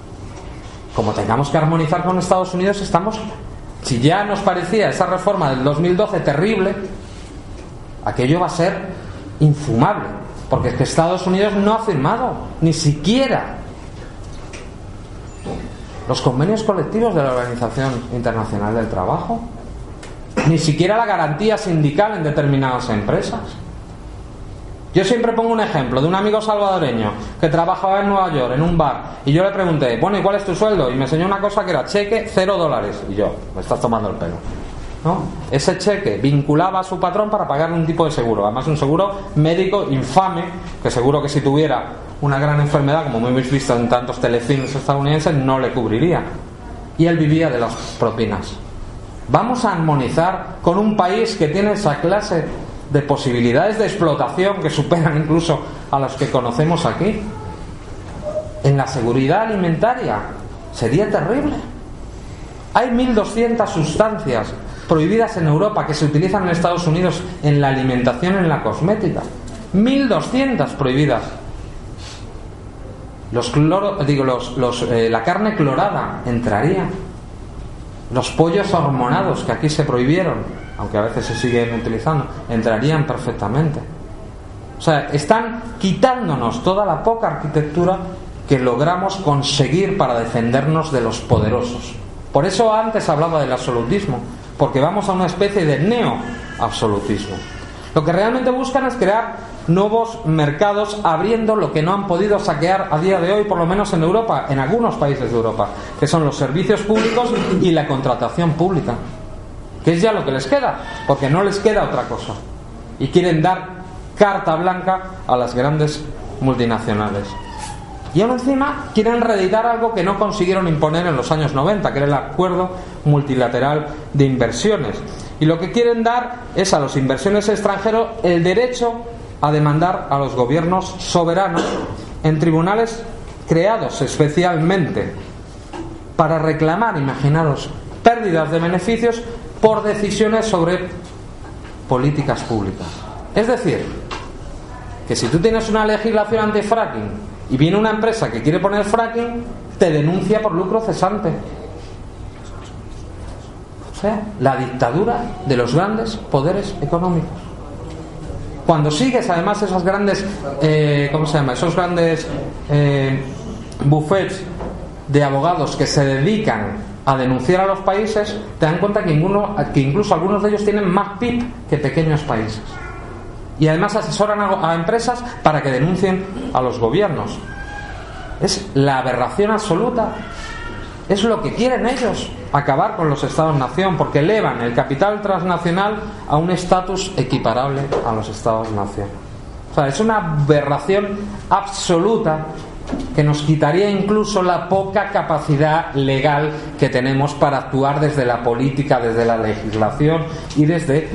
[SPEAKER 1] como tengamos que armonizar con Estados Unidos, estamos... Si ya nos parecía esa reforma del dos mil doce terrible, aquello va a ser infumable, porque es que Estados Unidos no ha firmado ni siquiera los convenios colectivos de la Organización Internacional del Trabajo, ni siquiera la garantía sindical en determinadas empresas. Yo siempre pongo un ejemplo de un amigo salvadoreño que trabajaba en Nueva York en un bar, y yo le pregunté, bueno, ¿y cuál es tu sueldo? Y me enseñó una cosa que era cheque cero dólares, y yo, me estás tomando el pelo, ¿no? Ese cheque vinculaba a su patrón para pagarle un tipo de seguro, además un seguro médico infame, que seguro que si tuviera una gran enfermedad, como hemos visto en tantos telefilms estadounidenses, no le cubriría, y él vivía de las propinas. Vamos a armonizar con un país que tiene esa clase de posibilidades de explotación que superan incluso a los que conocemos aquí. En la seguridad alimentaria sería terrible. Hay mil doscientas sustancias prohibidas en Europa que se utilizan en Estados Unidos en la alimentación, en la cosmética. mil doscientas prohibidas. Los cloro, digo, los, los, eh, la carne clorada entraría. Los pollos hormonados que aquí se prohibieron, aunque a veces se siguen utilizando, entrarían perfectamente. O sea, están quitándonos toda la poca arquitectura que logramos conseguir para defendernos de los poderosos. Por eso antes hablaba del absolutismo, porque vamos a una especie de neo-absolutismo. Lo que realmente buscan es crear nuevos mercados, abriendo lo que no han podido saquear a día de hoy, por lo menos en Europa, en algunos países de Europa, que son los servicios públicos y la contratación pública, que es ya lo que les queda, porque no les queda otra cosa. Y quieren dar carta blanca a las grandes multinacionales. Y aún encima quieren reeditar algo que no consiguieron imponer en los años noventa, que era el Acuerdo Multilateral de Inversiones. Y lo que quieren dar es a los inversores extranjeros el derecho a demandar a los gobiernos soberanos en tribunales creados especialmente para reclamar, imaginaros, pérdidas de beneficios por decisiones sobre políticas públicas. Es decir, que si tú tienes una legislación anti-fracking y viene una empresa que quiere poner fracking, te denuncia por lucro cesante. O sea, la dictadura de los grandes poderes económicos. Cuando sigues además esas grandes, eh, ¿cómo se llama? Esos grandes eh, buffets de abogados que se dedican a denunciar a los países, te dan cuenta que, ninguno, que incluso algunos de ellos tienen más P I B que pequeños países. Y además asesoran a, a empresas para que denuncien a los gobiernos. Es la aberración absoluta. Es lo que quieren ellos, acabar con los estados-nación, porque elevan el capital transnacional a un estatus equiparable a los estados-nación. O sea, es una aberración absoluta que nos quitaría incluso la poca capacidad legal que tenemos para actuar desde la política, desde la legislación y desde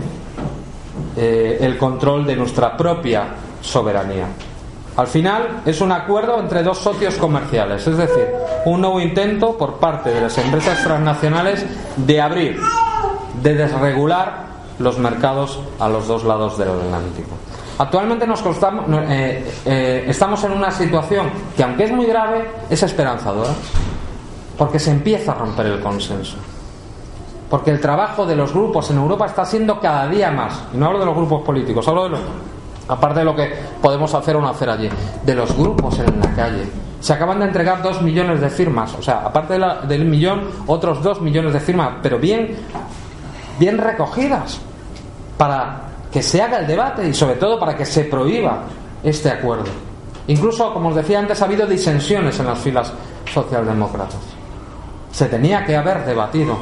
[SPEAKER 1] eh, el control de nuestra propia soberanía. Al final es un acuerdo entre dos socios comerciales, es decir, un nuevo intento por parte de las empresas transnacionales de abrir, de desregular los mercados a los dos lados del Atlántico. Actualmente nos constamos, eh, eh, estamos en una situación que, aunque es muy grave, es esperanzadora, porque se empieza a romper el consenso, porque el trabajo de los grupos en Europa está siendo cada día más, y no hablo de los grupos políticos, hablo de los, aparte de lo que podemos hacer o no hacer allí, de los grupos en la calle. Se acaban de entregar dos millones de firmas, o sea, aparte de la, del millón, otros dos millones de firmas, pero bien, bien recogidas, para que se haga el debate y sobre todo para que se prohíba este acuerdo. Incluso, como os decía antes, ha habido disensiones en las filas socialdemócratas. Se tenía que haber debatido.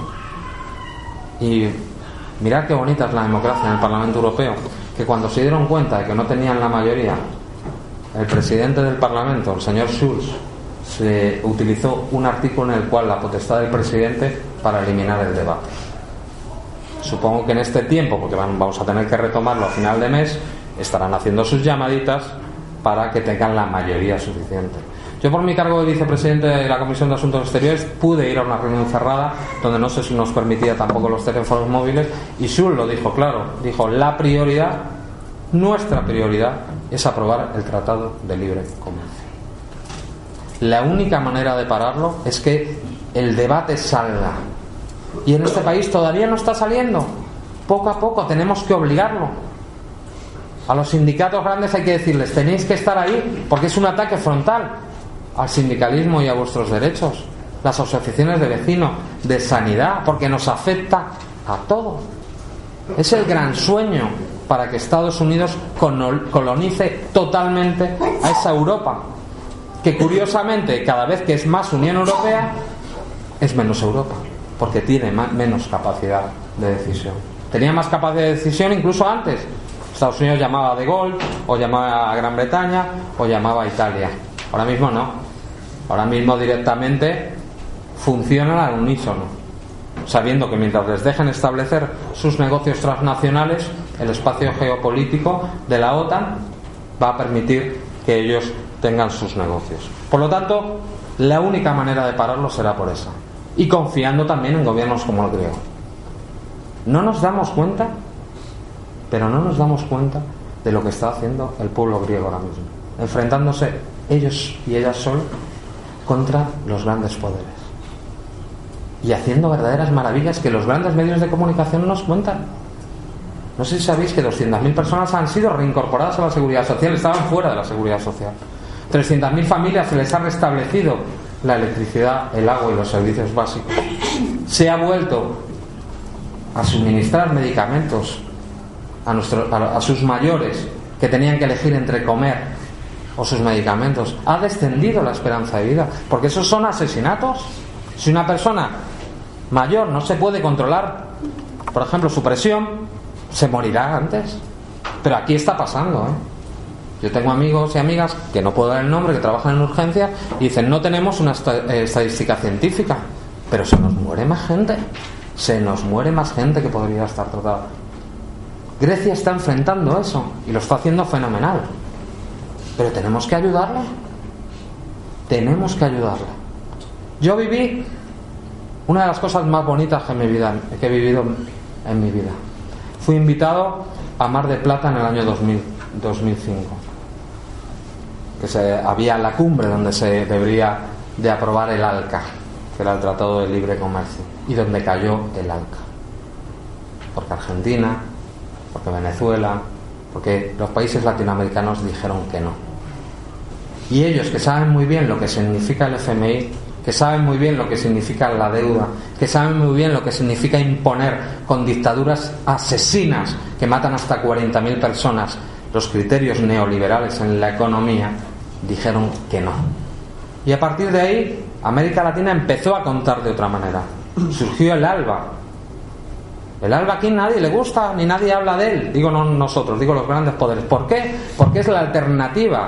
[SPEAKER 1] Y mirad qué bonita es la democracia en el Parlamento Europeo, que cuando se dieron cuenta de que no tenían la mayoría, el presidente del Parlamento, el señor Schulz, se utilizó un artículo en el cual la potestad del presidente para eliminar el debate. Supongo que en este tiempo, porque vamos a tener que retomarlo a final de mes, estarán haciendo sus llamaditas para que tengan la mayoría suficiente. Yo, por mi cargo de vicepresidente de la Comisión de Asuntos Exteriores, pude ir a una reunión cerrada donde no se nos permitía tampoco los teléfonos móviles, y Schulz lo dijo claro, dijo: la prioridad, nuestra prioridad, es aprobar el Tratado de Libre Comercio. La única manera de pararlo es que el debate salga. Y en este país todavía no está saliendo. Poco a poco tenemos que obligarlo. A los sindicatos grandes hay que decirles: tenéis que estar ahí, porque es un ataque frontal al sindicalismo y a vuestros derechos. Las asociaciones de vecinos, de sanidad, porque nos afecta a todos. Es el gran sueño para que Estados Unidos colonice totalmente a esa Europa, que curiosamente cada vez que es más Unión Europea es menos Europa, porque tiene más, menos capacidad de decisión. Tenía más capacidad de decisión incluso antes. Estados Unidos llamaba a De Gaulle, o llamaba a Gran Bretaña, o llamaba a Italia. Ahora mismo no. Ahora mismo directamente funcionan al unísono, sabiendo que mientras les dejen establecer sus negocios transnacionales, el espacio geopolítico de la OTAN va a permitir que ellos tengan sus negocios. Por lo tanto, la única manera de pararlo será por esa. Y confiando también en gobiernos como el griego. No nos damos cuenta, pero no nos damos cuenta de lo que está haciendo el pueblo griego ahora mismo, enfrentándose ellos y ellas solos contra los grandes poderes y haciendo verdaderas maravillas que los grandes medios de comunicación nos cuentan. No sé si sabéis que doscientas mil personas han sido reincorporadas a la seguridad social, estaban fuera de la seguridad social. trescientas mil familias se les ha restablecido la electricidad, el agua y los servicios básicos. Se ha vuelto a suministrar medicamentos a, nuestro, a, a sus mayores que tenían que elegir entre comer o sus medicamentos. Ha descendido la esperanza de vida, porque esos son asesinatos. Si una persona mayor no se puede controlar, por ejemplo, su presión, se morirá antes. Pero aquí está pasando, ¿eh? Yo tengo amigos y amigas, que no puedo dar el nombre, que trabajan en urgencias y dicen: no tenemos una estadística científica, pero se nos muere más gente. Se nos muere más gente que podría estar tratada. Grecia está enfrentando eso y lo está haciendo fenomenal. Pero tenemos que ayudarla. Tenemos que ayudarla. Yo viví una de las cosas más bonitas que, en mi vida, que he vivido en mi vida. Fui invitado a Mar del Plata en el año dos mil, dos mil cinco. Que se, había la cumbre donde se debería de aprobar el ALCA, que era el Tratado de Libre Comercio, y donde cayó el ALCA. Porque Argentina, porque Venezuela, porque los países latinoamericanos dijeron que no. Y ellos, que saben muy bien lo que significa el F M I, que saben muy bien lo que significa la deuda, que saben muy bien lo que significa imponer con dictaduras asesinas que matan hasta cuarenta mil personas los criterios neoliberales en la economía, dijeron que no. Y a partir de ahí América Latina empezó a contar de otra manera. Surgió el ALBA. El ALBA aquí nadie le gusta, ni nadie habla de él. Digo no nosotros, digo los grandes poderes. ¿Por qué? Porque es la alternativa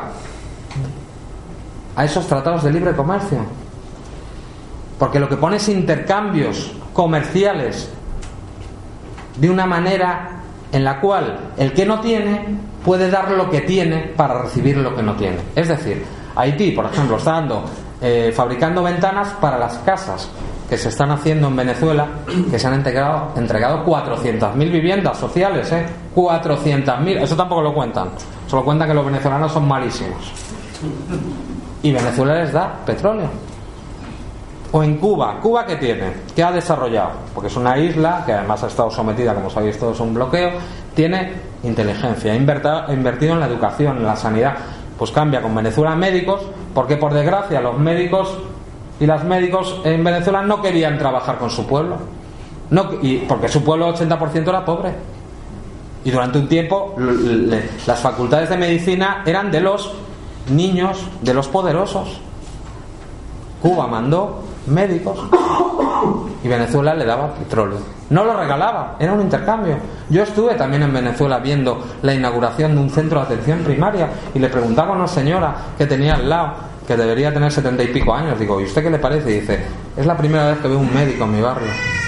[SPEAKER 1] a esos tratados de libre comercio. Porque lo que pone es intercambios comerciales de una manera en la cual el que no tiene puede dar lo que tiene para recibir lo que no tiene. Es decir, Haití, por ejemplo, está dando, eh, fabricando ventanas para las casas que se están haciendo en Venezuela, que se han entregado, entregado cuatrocientas mil viviendas sociales, ¿eh? cuatrocientas mil, eso tampoco lo cuentan. Solo cuentan que los venezolanos son malísimos. Y Venezuela les da petróleo. O en Cuba, ¿Cuba qué tiene? ¿Qué ha desarrollado? Porque es una isla que además ha estado sometida, como sabéis todos, a un bloqueo. Tiene inteligencia, ha invertido en la educación, en la sanidad. Pues cambia con Venezuela médicos, porque por desgracia los médicos y las médicos en Venezuela no querían trabajar con su pueblo. No, y porque su pueblo ochenta por ciento era pobre. Y durante un tiempo le, las facultades de medicina eran de los niños, de los poderosos. Cuba mandó médicos y Venezuela le daba petróleo. No lo regalaba, era un intercambio. Yo estuve también en Venezuela viendo la inauguración de un centro de atención primaria y le preguntaba a una señora que tenía al lado, que debería tener setenta y pico años, digo: ¿y usted qué le parece? Y dice: es la primera vez que veo un médico en mi barrio.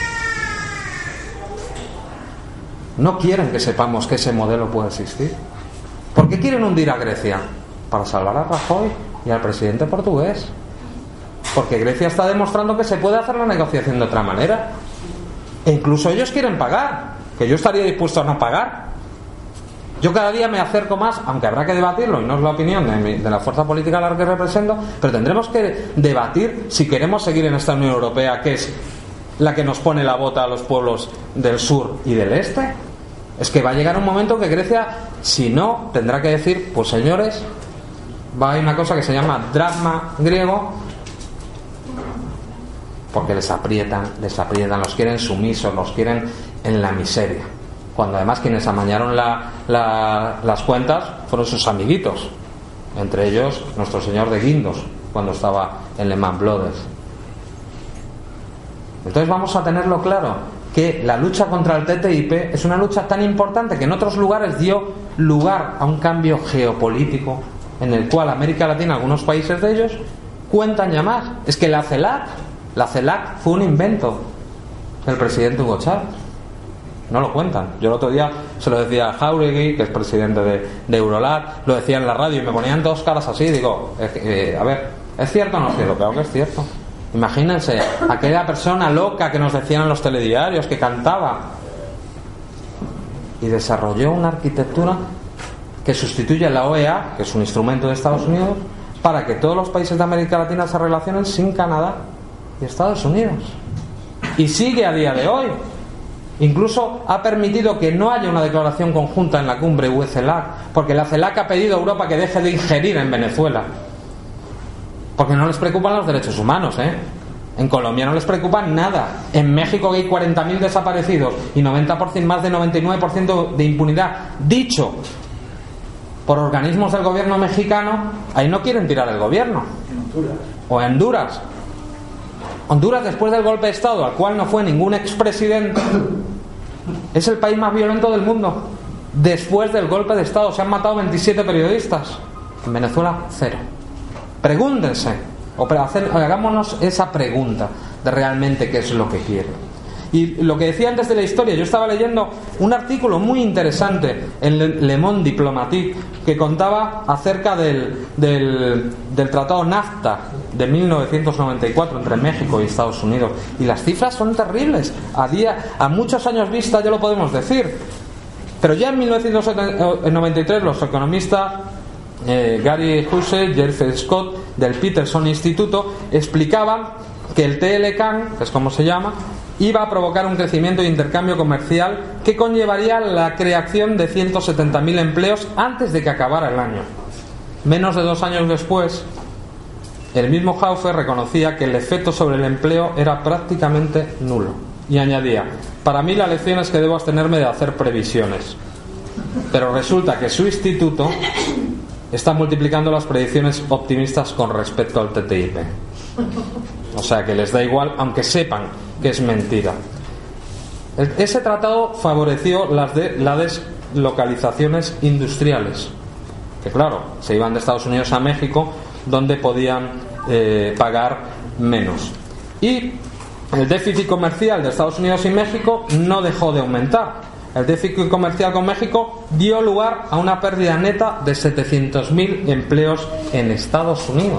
[SPEAKER 1] No quieren que sepamos que ese modelo puede existir. ¿Por qué quieren hundir a Grecia? Para salvar a Rajoy y al presidente portugués. Porque Grecia está demostrando que se puede hacer la negociación de otra manera. E incluso ellos quieren pagar, que yo estaría dispuesto a no pagar. Yo cada día me acerco más, aunque habrá que debatirlo, y no es la opinión de, mi, de la fuerza política a la que represento, pero tendremos que debatir si queremos seguir en esta Unión Europea, que es la que nos pone la bota a los pueblos del sur y del este. Es que va a llegar un momento que Grecia, si no, tendrá que decir: pues señores, va a haber una cosa que se llama drama griego, porque les aprietan, les aprietan, los quieren sumisos, los quieren en la miseria. Cuando además quienes amañaron la, la, las cuentas fueron sus amiguitos, entre ellos nuestro señor de Guindos, cuando estaba en Lehman Brothers. Entonces vamos a tenerlo claro, que la lucha contra el T T I P es una lucha tan importante que en otros lugares dio lugar a un cambio geopolítico en el cual América Latina, algunos países de ellos, cuentan ya más. Es que la CELAC, la CELAC fue un invento del presidente Hugo Chávez. No lo cuentan. Yo el otro día se lo decía a Jáuregui, que es presidente de, de Eurolat, lo decía en la radio y me ponían dos caras así. Digo, eh, eh, a ver, ¿es cierto o no es cierto? Claro que es cierto. Imagínense, aquella persona loca que nos decían en los telediarios, que cantaba y desarrolló una arquitectura que sustituye a la O E A, que es un instrumento de Estados Unidos, para que todos los países de América Latina se relacionen sin Canadá y Estados Unidos. Y sigue a día de hoy. Incluso ha permitido que no haya una declaración conjunta en la cumbre U E CELAC, porque la CELAC ha pedido a Europa que deje de ingerir en Venezuela, porque no les preocupan los derechos humanos, ¿eh? En Colombia no les preocupa nada. En México hay cuarenta mil desaparecidos y noventa por ciento, más de noventa y nueve por ciento de impunidad, dicho por organismos del gobierno mexicano. Ahí no quieren tirar el gobierno.
[SPEAKER 2] En Honduras.
[SPEAKER 1] O en Honduras. Honduras, después del golpe de Estado, al cual no fue ningún expresidente, es el país más violento del mundo. Después del golpe de Estado se han matado veintisiete periodistas. En Venezuela, cero. Pregúntense, o hacer, hagámonos esa pregunta de realmente qué es lo que quieren. Y lo que decía antes de la historia, yo estaba leyendo un artículo muy interesante en Le Monde Diplomatique que contaba acerca del, del, del tratado NAFTA de mil novecientos noventa y cuatro entre México y Estados Unidos, y las cifras son terribles. A día, a muchos años vista ya lo podemos decir, pero ya en mil novecientos noventa y tres los economistas eh, Gary Huse, Jeff Scott del Peterson Instituto explicaban que el T L C A N, que es como se llama, iba a provocar un crecimiento de intercambio comercial que conllevaría la creación de ciento setenta mil empleos antes de que acabara el año. Menos de dos años después, el mismo Haufe reconocía que el efecto sobre el empleo era prácticamente nulo y añadía: para mí la lección es que debo abstenerme de hacer previsiones. Pero resulta que su instituto está multiplicando las predicciones optimistas con respecto al T T I P. O sea que les da igual, aunque sepan que es mentira. Ese tratado favoreció las, de, las deslocalizaciones industriales, que claro, se iban de Estados Unidos a México, donde podían eh, pagar menos. Y el déficit comercial de Estados Unidos y México no dejó de aumentar. El déficit comercial con México dio lugar a una pérdida neta de setecientos mil empleos en Estados Unidos.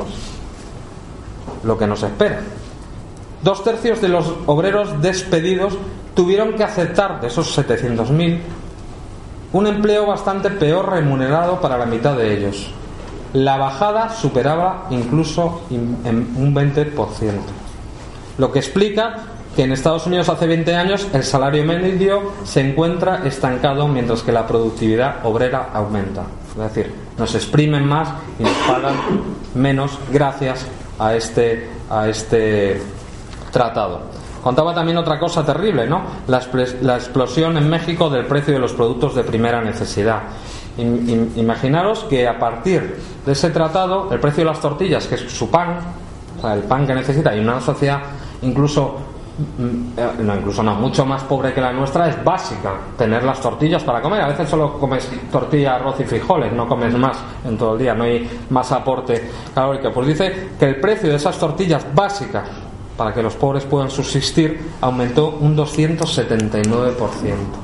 [SPEAKER 1] Lo que nos espera. Dos tercios de los obreros despedidos tuvieron que aceptar, de esos setecientos mil, un empleo bastante peor remunerado para la mitad de ellos. La bajada superaba incluso en un veinte por ciento. Lo que explica que en Estados Unidos hace veinte años el salario medio se encuentra estancado mientras que la productividad obrera aumenta. Es decir, nos exprimen más y nos pagan menos gracias a este, a este tratado. Contaba también otra cosa terrible, ¿no? La, la explosión en México del precio de los productos de primera necesidad. Imaginaros que a partir de ese tratado el precio de las tortillas, que es su pan, o sea, el pan que necesita, y una sociedad incluso no, incluso no, mucho más pobre que la nuestra, es básica tener las tortillas para comer. A veces solo comes tortilla, arroz y frijoles, no comes más en todo el día, no hay más aporte calórico. Pues dice que el precio de esas tortillas básicas para que los pobres puedan subsistir aumentó un doscientos setenta y nueve por ciento.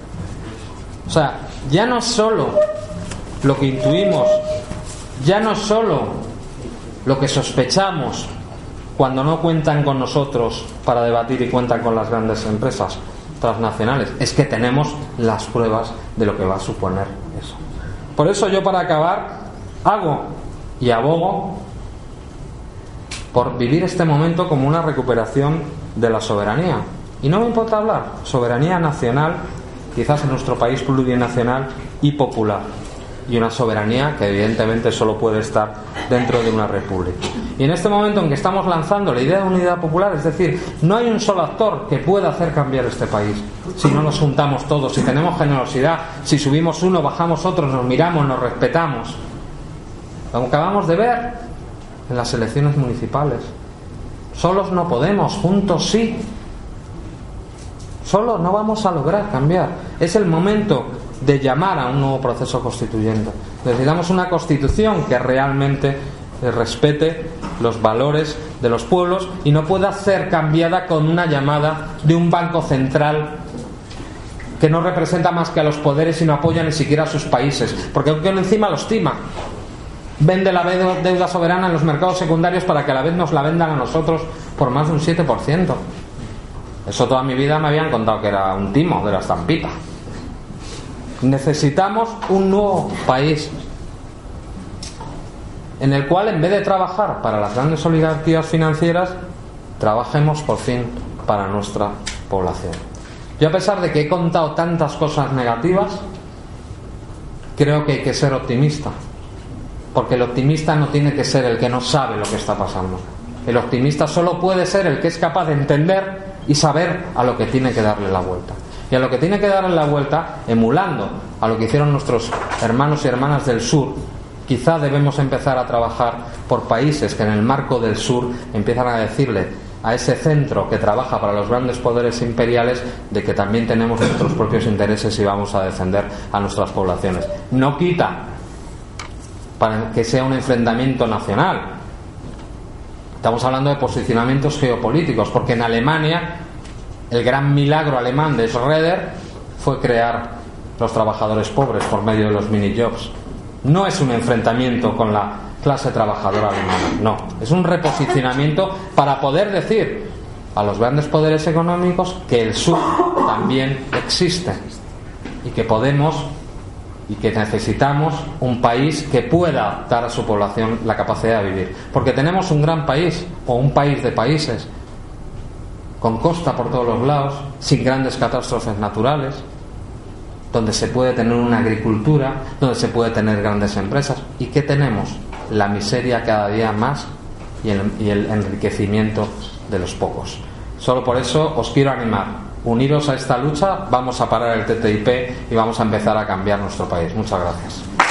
[SPEAKER 1] O sea, ya no es solo lo que intuimos, ya no es solo lo que sospechamos cuando no cuentan con nosotros para debatir y cuentan con las grandes empresas transnacionales, es que tenemos las pruebas de lo que va a suponer eso. Por eso yo, para acabar, hago y abogo por vivir este momento como una recuperación de la soberanía. Y no me importa hablar, soberanía nacional, quizás en nuestro país plurinacional y popular, y una soberanía que evidentemente solo puede estar dentro de una república. Y en este momento en que estamos lanzando la idea de unidad popular, es decir, no hay un solo actor que pueda hacer cambiar este país si no nos juntamos todos, si tenemos generosidad, si subimos uno, bajamos otro, nos miramos, nos respetamos. Como acabamos de ver en las elecciones municipales, solos no podemos, juntos sí. Solos no vamos a lograr cambiar. Es el momento de llamar a un nuevo proceso constituyente. Necesitamos una constitución que realmente respete los valores de los pueblos y no pueda ser cambiada con una llamada de un banco central que no representa más que a los poderes y no apoya ni siquiera a sus países, porque encima los tima, vende la deuda soberana en los mercados secundarios para que a la vez nos la vendan a nosotros por más de un siete por ciento. Eso toda mi vida me habían contado que era un timo de la estampita. Necesitamos un nuevo país en el cual, en vez de trabajar para las grandes oligarquías financieras, trabajemos por fin para nuestra población. Yo, a pesar de que he contado tantas cosas negativas, creo que hay que ser optimista, porque el optimista no tiene que ser el que no sabe lo que está pasando. El optimista solo puede ser el que es capaz de entender y saber a lo que tiene que darle la vuelta. Y a lo que tiene que darle la vuelta, emulando a lo que hicieron nuestros hermanos y hermanas del sur, quizá debemos empezar a trabajar por países que en el marco del sur empiezan a decirle a ese centro que trabaja para los grandes poderes imperiales de que también tenemos nuestros propios intereses y vamos a defender a nuestras poblaciones. No quita para que sea un enfrentamiento nacional. Estamos hablando de posicionamientos geopolíticos, porque en Alemania el gran milagro alemán de Schröder fue crear los trabajadores pobres por medio de los mini-jobs. No es un enfrentamiento con la clase trabajadora alemana, no, es un reposicionamiento para poder decir a los grandes poderes económicos que el sur también existe y que podemos y que necesitamos un país que pueda dar a su población la capacidad de vivir, porque tenemos un gran país o un país de países con costa por todos los lados, sin grandes catástrofes naturales, donde se puede tener una agricultura, donde se puede tener grandes empresas. ¿Y qué tenemos? La miseria cada día más y el, y el enriquecimiento de los pocos. Solo por eso os quiero animar, uniros a esta lucha, vamos a parar el T T I P y vamos a empezar a cambiar nuestro país. Muchas gracias.